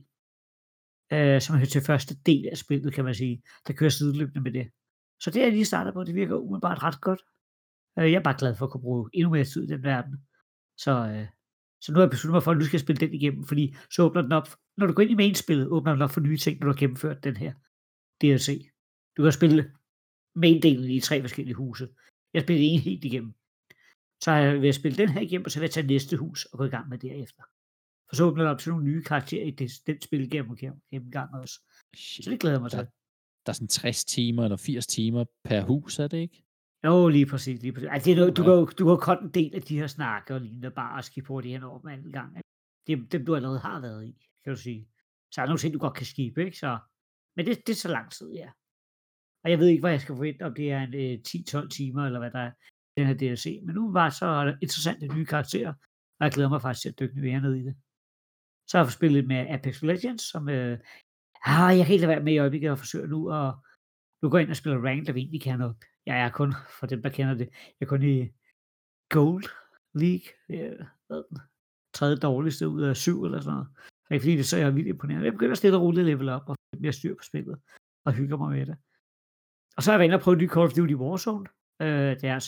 uh, som hører til første del af spillet, kan man sige, der kører sideløbende med det. Så det er jeg lige startet på, det virker umiddelbart ret godt. Uh, jeg er bare glad for at kunne bruge endnu mere tid i den verden. Så, uh, så nu har jeg besluttet mig for, at nu skal jeg spille den igennem, fordi så åbner den op, når du går ind i main-spillet, åbner den op for nye ting, når du har gennemført den her D L C. Du kan spille main-delen i tre forskellige huse. Jeg spillede en helt igennem. Så har jeg ved at spille den her igennem, og så vil jeg tage næste hus og gå i gang med derefter. For så åbner det op til nogle nye karakterer i det, den spil gennem, gennemgang også. Shit. Så det glæder jeg mig Der, til. der er sådan tres timer eller firs timer per hus, er det ikke? Jo, lige præcis. Lige præcis. Altså, det er noget, du, Ja. kan, jo- du kan jo godt en del af de her snakker og lignende, bare at skifte på det her over med anden gang. Ikke? Det er dem, du allerede har været i, kan du sige. Så er der nogle ting, du godt kan skibe, ikke? Så, men det, det er så lang tid, ja. Og jeg ved ikke, hvad jeg skal forvente, om det er en øh, ti tolv timer, eller hvad der er i den her D L C. Men nu var så er der interessante nye karakterer, og jeg glæder mig faktisk til at dykke mere ned i det. Så har jeg spillet lidt med Apex Legends, som øh, ah, jeg kan ikke lade være med i øjeblikket og forsøger nu at nu går jeg ind og spiller rank, der vi egentlig kan op. Jeg er kun, for dem der kender det, jeg er kun i Gold League, øh, hvad er den? Tredje dårligste ud af syv eller sådan noget. Så ikke fordi det så er jeg vildt imponerende. Jeg begynder at stille og roligt level op og få lidt mere styr på spillet, og hygger mig med det. Og så har jeg været inde og prøve ny Call of Duty Warzone. Øh, deres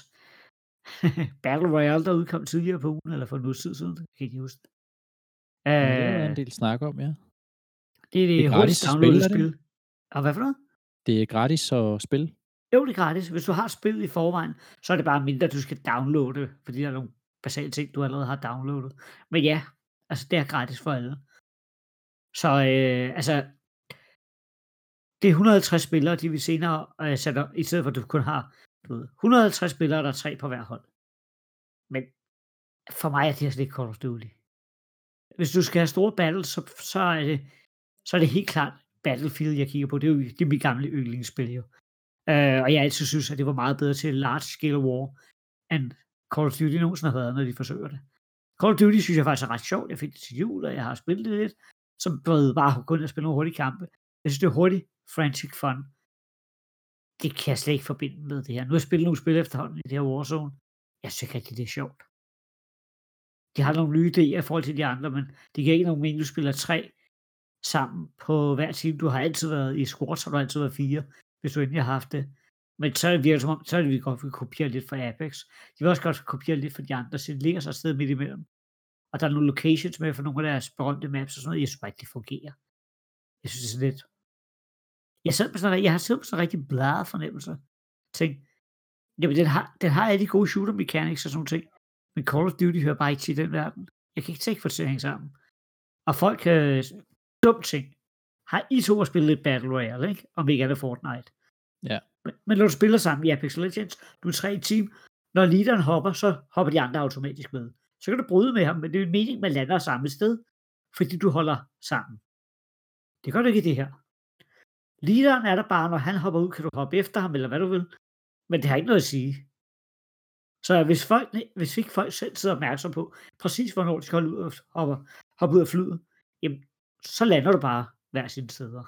Battle Royale, der udkom tidligere på ugen, eller for en uge tid siden, jeg kan ikke huske det. Ja, det er Øh, en del snak om, ja. det er det, Det er gratis hurtigst at downloadede spille, er det? spil. Og hvad for noget? Det er gratis at spille. Jo, det er gratis. Hvis du har spillet i forvejen, så er det bare mindre, du skal downloade, fordi der er nogle basale ting, du allerede har downloadet. Men ja, altså det er gratis for alle. Så øh, altså, det er et hundrede og halvtreds spillere, de vil senere øh, sætte op, i stedet for at du kun har du ved, et hundrede og halvtreds spillere, der er tre på hver hold. Men for mig er det her slet ikke Call of Duty. Hvis du skal have store battles, så, så, er, det, så er det helt klart Battlefield, jeg kigger på. Det er jo det er mit gamle yndlingsspil jo. Uh, og jeg altid synes, at det var meget bedre til large scale war, end Call of Duty nogensinde har været, når de forsøger det. Call of Duty synes jeg faktisk er ret sjovt. Jeg fik det til jul, og jeg har spillet det lidt, som bare kun at spille nogle hurtige kampe. Jeg synes, det er hurtigt, frantic fun. Det kan jeg slet ikke forbinde med det her. Nu har jeg spillet nogle spil efterhånden i det her Warzone. Jeg synes ikke rigtig, det er sjovt. De har nogle nye idéer i forhold til de andre, men det giver ikke nogen mening, du spiller tre sammen på hver team. Du har altid været i squads, så har du altid været fire, hvis du endelig har haft det. Men så er det virkelig som om, så er det vi godt vil kopiere lidt fra Apex. De vil også godt kopiere lidt fra de andre, så det ligger så et sted midt imellem. Og der er nogle locations med for nogle af deres berømte maps og sådan noget. Jeg synes bare ikke, det fungerer. Jeg synes, det er sådan lidt... Jeg, sad på sådan, jeg har siddet på sådan en rigtig bladet fornemmelse. Tænk, jamen den har, den har alle de gode shooter mechanics og sådan nogle ting. Men Call of Duty hører bare ikke til den verden. Jeg kan ikke tænke for det til at hænge sammen. Og folk, øh, dumt ting. Har I to at spille lidt Battle Royale, ikke? Om ikke andet Fortnite. Ja. Men, men når du spiller sammen i Apex Legends, du er tre i team, når leaderen hopper, så hopper de andre automatisk med. Så kan du bryde med ham, men det er jo meningen, man lander samme sted, fordi du holder sammen. Det gør du ikke i det her. Leaderen er der bare, når han hopper ud, kan du hoppe efter ham, eller hvad du vil. Men det har ikke noget at sige. Så hvis, folk, hvis ikke folk selv sidder opmærksom på, præcis hvornår de skal holde ud og hoppe, hoppe ud af flyet, jamen, så lander du bare hver sine steder.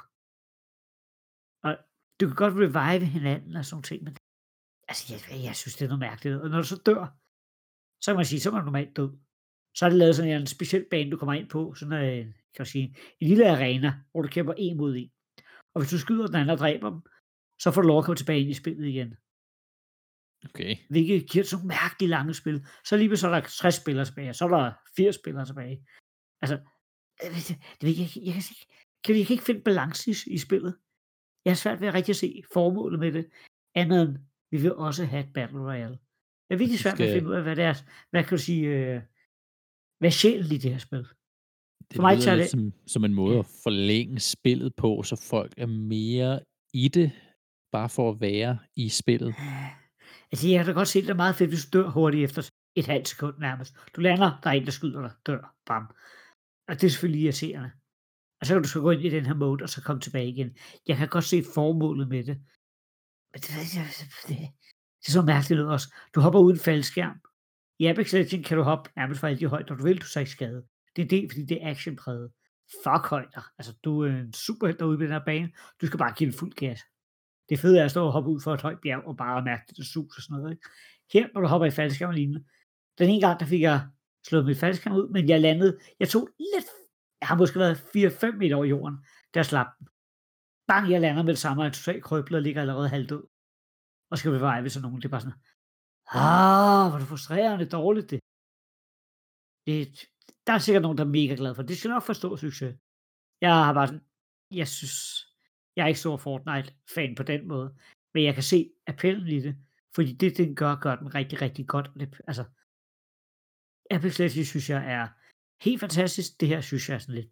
Og du kan godt revive hinanden og sådan ting, men altså, jeg, jeg synes, det er noget mærkeligt. Og når du så dør, så kan man sige, så er man normalt død. Så er det lavet sådan en speciel bane, du kommer ind på, sådan en, kan jeg sige, en lille arena, hvor du kæmper en mod en. Og hvis du skyder den anden og dræber dem, så får du lov at komme tilbage ind i spillet igen. Okay. Hvilket giver sådan nogle mærkelige lange spil. Så lige så er der tres spillere tilbage, så er der firs spillere tilbage. Altså, det, det, jeg, jeg, jeg, kan ikke, jeg kan ikke finde balance i, i spillet. Jeg har svært ved at rigtig se formålet med det, andet end vi vil også have et Battle Royale. Jeg er virkelig svært ved at finde ud af, hvad det er, hvad kan du sige, øh, hvad er sjælen i det her spil? Det For mig lyder tager lidt det... som, som en måde Ja. at forlænge spillet på, så folk er mere i det, bare for at være i spillet. Altså, jeg kan da godt se, det er meget fedt, hvis du dør hurtigt efter et halvt sekund nærmest. Du lander, der er en, der skyder dig, dør, bam. Og det er selvfølgelig irriterende. Og så kan du så gå ind i den her mode, og så komme tilbage igen. Jeg kan godt se formålet med det. Men det, det, det, det er så mærkeligt ud også. Du hopper uden faldskærm. I Apex Legends kan du hoppe nærmest fra alle de højder, du vil, du så ikke skade. Det er det, fordi det er actionpræget. Fuck højder. Altså, du er en superhelt derude på den her bane. Du skal bare give den fuld gas. Det fede er at stå og hoppe ud for et højt bjerg, og bare mærke det, det sus og sådan noget. Ikke? Her, når du hopper i faldskærm og lignende. Den ene gang, der fik jeg slået mit faldskærm ud, men jeg landede, jeg tog lidt, jeg har måske været fire fem meter over jorden, der slap den. Bang, jeg lander med det samme, og er totalt krøblet og ligger allerede halvdød. Og skal bevare ved sådan nogen, det er bare sådan, ah, hvor er det frustrerende dårligt det. det. Der er sikkert nogen, der er mega glad for det. Det skal nok forstå succes. Jeg har bare sådan, jeg synes, jeg er ikke stor Fortnite-fan på den måde, men jeg kan se appellen i det, fordi det, den gør, gør den rigtig, rigtig godt. Det, altså, Apex Legends synes jeg er helt fantastisk. Det her synes jeg er sådan lidt,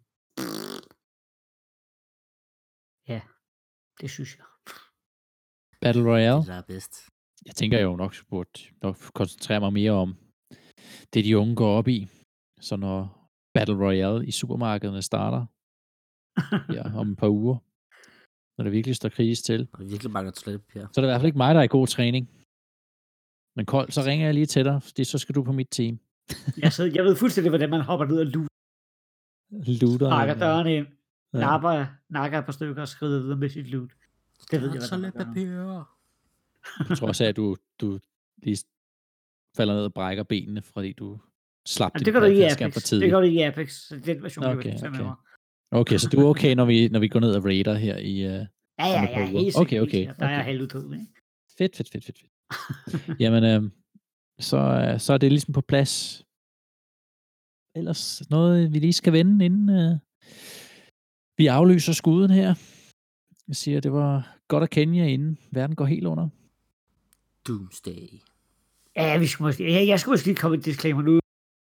ja, det synes jeg. Battle Royale? Det der er bedst. Jeg tænker jo nok burde nok koncentrere mig mere om det, de unge går op i. Så når Battle Royale i supermarkederne starter ja, om et par uger, når det virkelig står krise til, Og det virkelig mangler toiletpapir. så er det i hvert fald ikke mig, der er i god træning. Men Kold, så ringer jeg lige til dig, fordi så skal du på mit team. jeg, sidder, jeg ved fuldstændig, hvordan man hopper ned og luter. Luter. Pakker dørene ind. Ja. Napper, nakker et par stykker og skrider videre med sit loot. Det ved jeg, hvordan man gør nu. Toiletpapir. Jeg tror også, at du, du lige falder ned og brækker benene, fordi du slap Jamen, din det gør du ikke i faldskærm Apex. for tidligt. Det gør du ikke i Apex. Så den version, Okay, jeg vil okay. med mig. Okay, så du er okay, når vi, når vi går ned og raider her i... Uh... Ja, ja, Om et ja, par uger. helt Okay, sikkert. okay, Der er jeg okay. halvudtød, ikke? Fedt, fedt, fedt, fedt. fedt. Jamen, øh, så, øh, så er det ligesom på plads. Ellers noget, vi lige skal vende, inden øh, vi aflyser skuden her. Jeg siger, det var godt at kende jer, inden verden går helt under. Doomsday. Ja, vi skulle måske, ja, jeg skulle måske lige komme et disclaimer nu.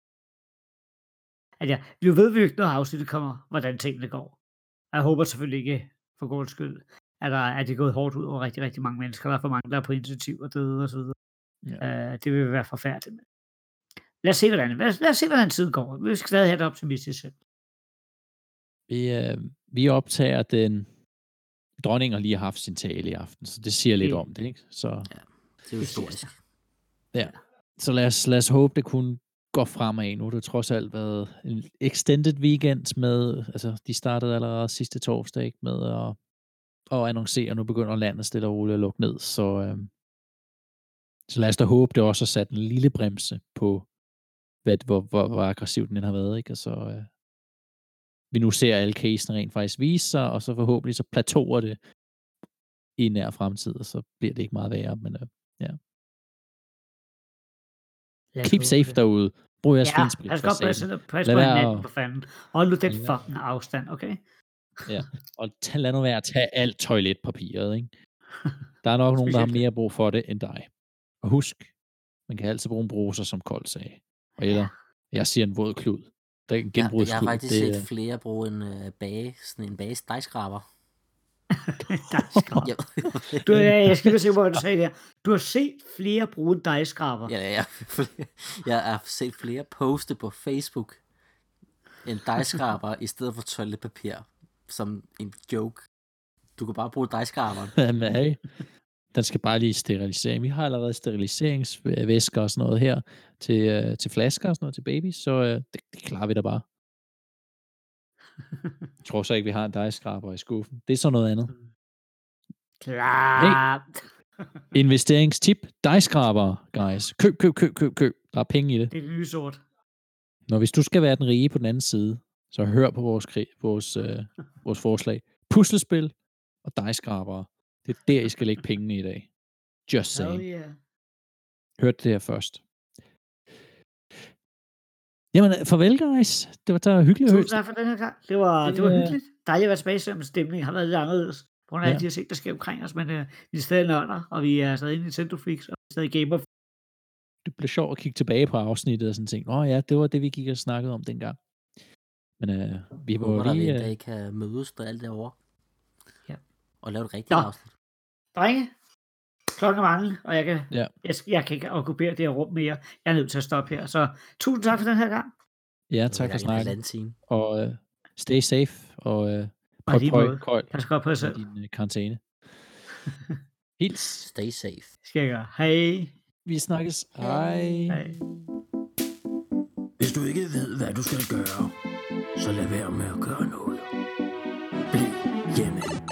At ja, vi ved vi jo ikke, når afsnittet kommer, hvordan tingene går. Jeg håber selvfølgelig ikke, for god skyld, at, der, at det er gået hårdt ud over rigtig, rigtig mange mennesker. Der er for mange, der er på initiativ og døde og så videre. Ja. Uh, det vil være forfærdeligt. Lad os se, hvordan, lad, lad os se, hvordan tiden går. Vi skal stadig have det optimistisk selv. Vi, øh, vi optager den... Dronningen har lige haft sin tale i aften, så det siger lidt Det- om det, ikke? Så, Ja, det er jo historisk. ja. så lad, os, lad os håbe, det kunne gå fremad. Nu har det trods alt været en extended weekend med... Altså, de startede allerede sidste torsdag, ikke? Med at, at annoncere, at nu begynder landet stille og roligt at lukke ned. Så, øh, så lad os da håbe, det også har sat en lille bremse på, hvad, hvor, hvor, hvor aggressiv den har været, ikke? Og så øh, vi nu ser alle casene rent faktisk vise sig, og så forhåbentlig så plateauer det i nær fremtid, og så bliver det ikke meget værre, men øh, ja. Lad os Keep håbe safe det. derude. Brug jeres Ja, finsprit. lad os for godt passe, satan. passe Lad på være hinanden at- for fanden. Hold nu den Lad være- fucking afstand, okay? Og tag, lad nu være at tage alt toiletpapiret, ikke? Der er nok nogen, der har Specielt. mere brug for det end dig. Og husk, man kan altid bruge en bruser, som Kold sagde. Og eller, jeg siger en våd klud. Der er en Jeg, genbrugsklud. jeg har faktisk det, set flere bruge en uh, bage, sådan en bage dejskraber. Der er skrab. Jeg, Du, ja, jeg skal lige se, hvad du sagde der. Du har set flere bruge en dejskraber. ja, ja, jeg har set flere poste på Facebook en dejskraber i stedet for toiletpapir som en joke. Du kan bare bruge dejskraberen. Jamen, hey, den skal bare lige sterilisere. Vi har allerede steriliseringsvæsker og sådan noget her til, øh, til flasker og sådan noget til baby, så øh, det, det klarer vi da bare. Jeg tror så ikke, vi har en dejskraber i skuffen. Det er så noget andet. Klart. Investeringstip. Dejskraber, guys. Køb, køb, køb, køb, køb. Der er penge i det. Det er det nye sort. Når hvis du skal være den rige på den anden side, så hør på vores, krig, vores, øh, vores forslag. Puslespil og dejskrabere. Det er der, I skal lægge pengene i dag. Just saying. Hell yeah. Hørte det her først. Jamen, farvel, guys. Det var der hyggeligt at høre. Tusind tak for den her gang. Det var, det var Det, øh, hyggeligt. Dejligt at være tilbage, selvom stemningen har været lidt anderledes. På grund af Ja. alle de her ting, der sker omkring os. Men uh, vi er stadig nørder, og vi er stadig Nintendo freaks, og vi er stadig gamer. Det blev sjovt at kigge tilbage på afsnittet og sådan tænke, åh ja, det var det, vi gik og snakkede om dengang. Men øh, vi Jeg må håber, jo at vi lige... en Øh, dag kan mødes på alt derovre. Ja. Og lave et rigtigt Nå. afsnit. Drenge, klokken er mange, og jeg kan, Ja. jeg, jeg kan ikke okkupere det her rum mere. Jeg er nødt til at stoppe her. Så tusind tak for den her gang. ja, Nu tak er for vi i gang i en snakken. halvanden time. Og øh, stay safe, og øh, Og i pøj lige pøj, måde. kold Pas godt på jer med selv. din øh, karantæne. Hils. Stay safe. Skal jeg gøre. Hej. Vi snakkes. Hej. Hej. Hvis du ikke ved, hvad du skal gøre, så lad være med at gøre noget. Bliv hjemme.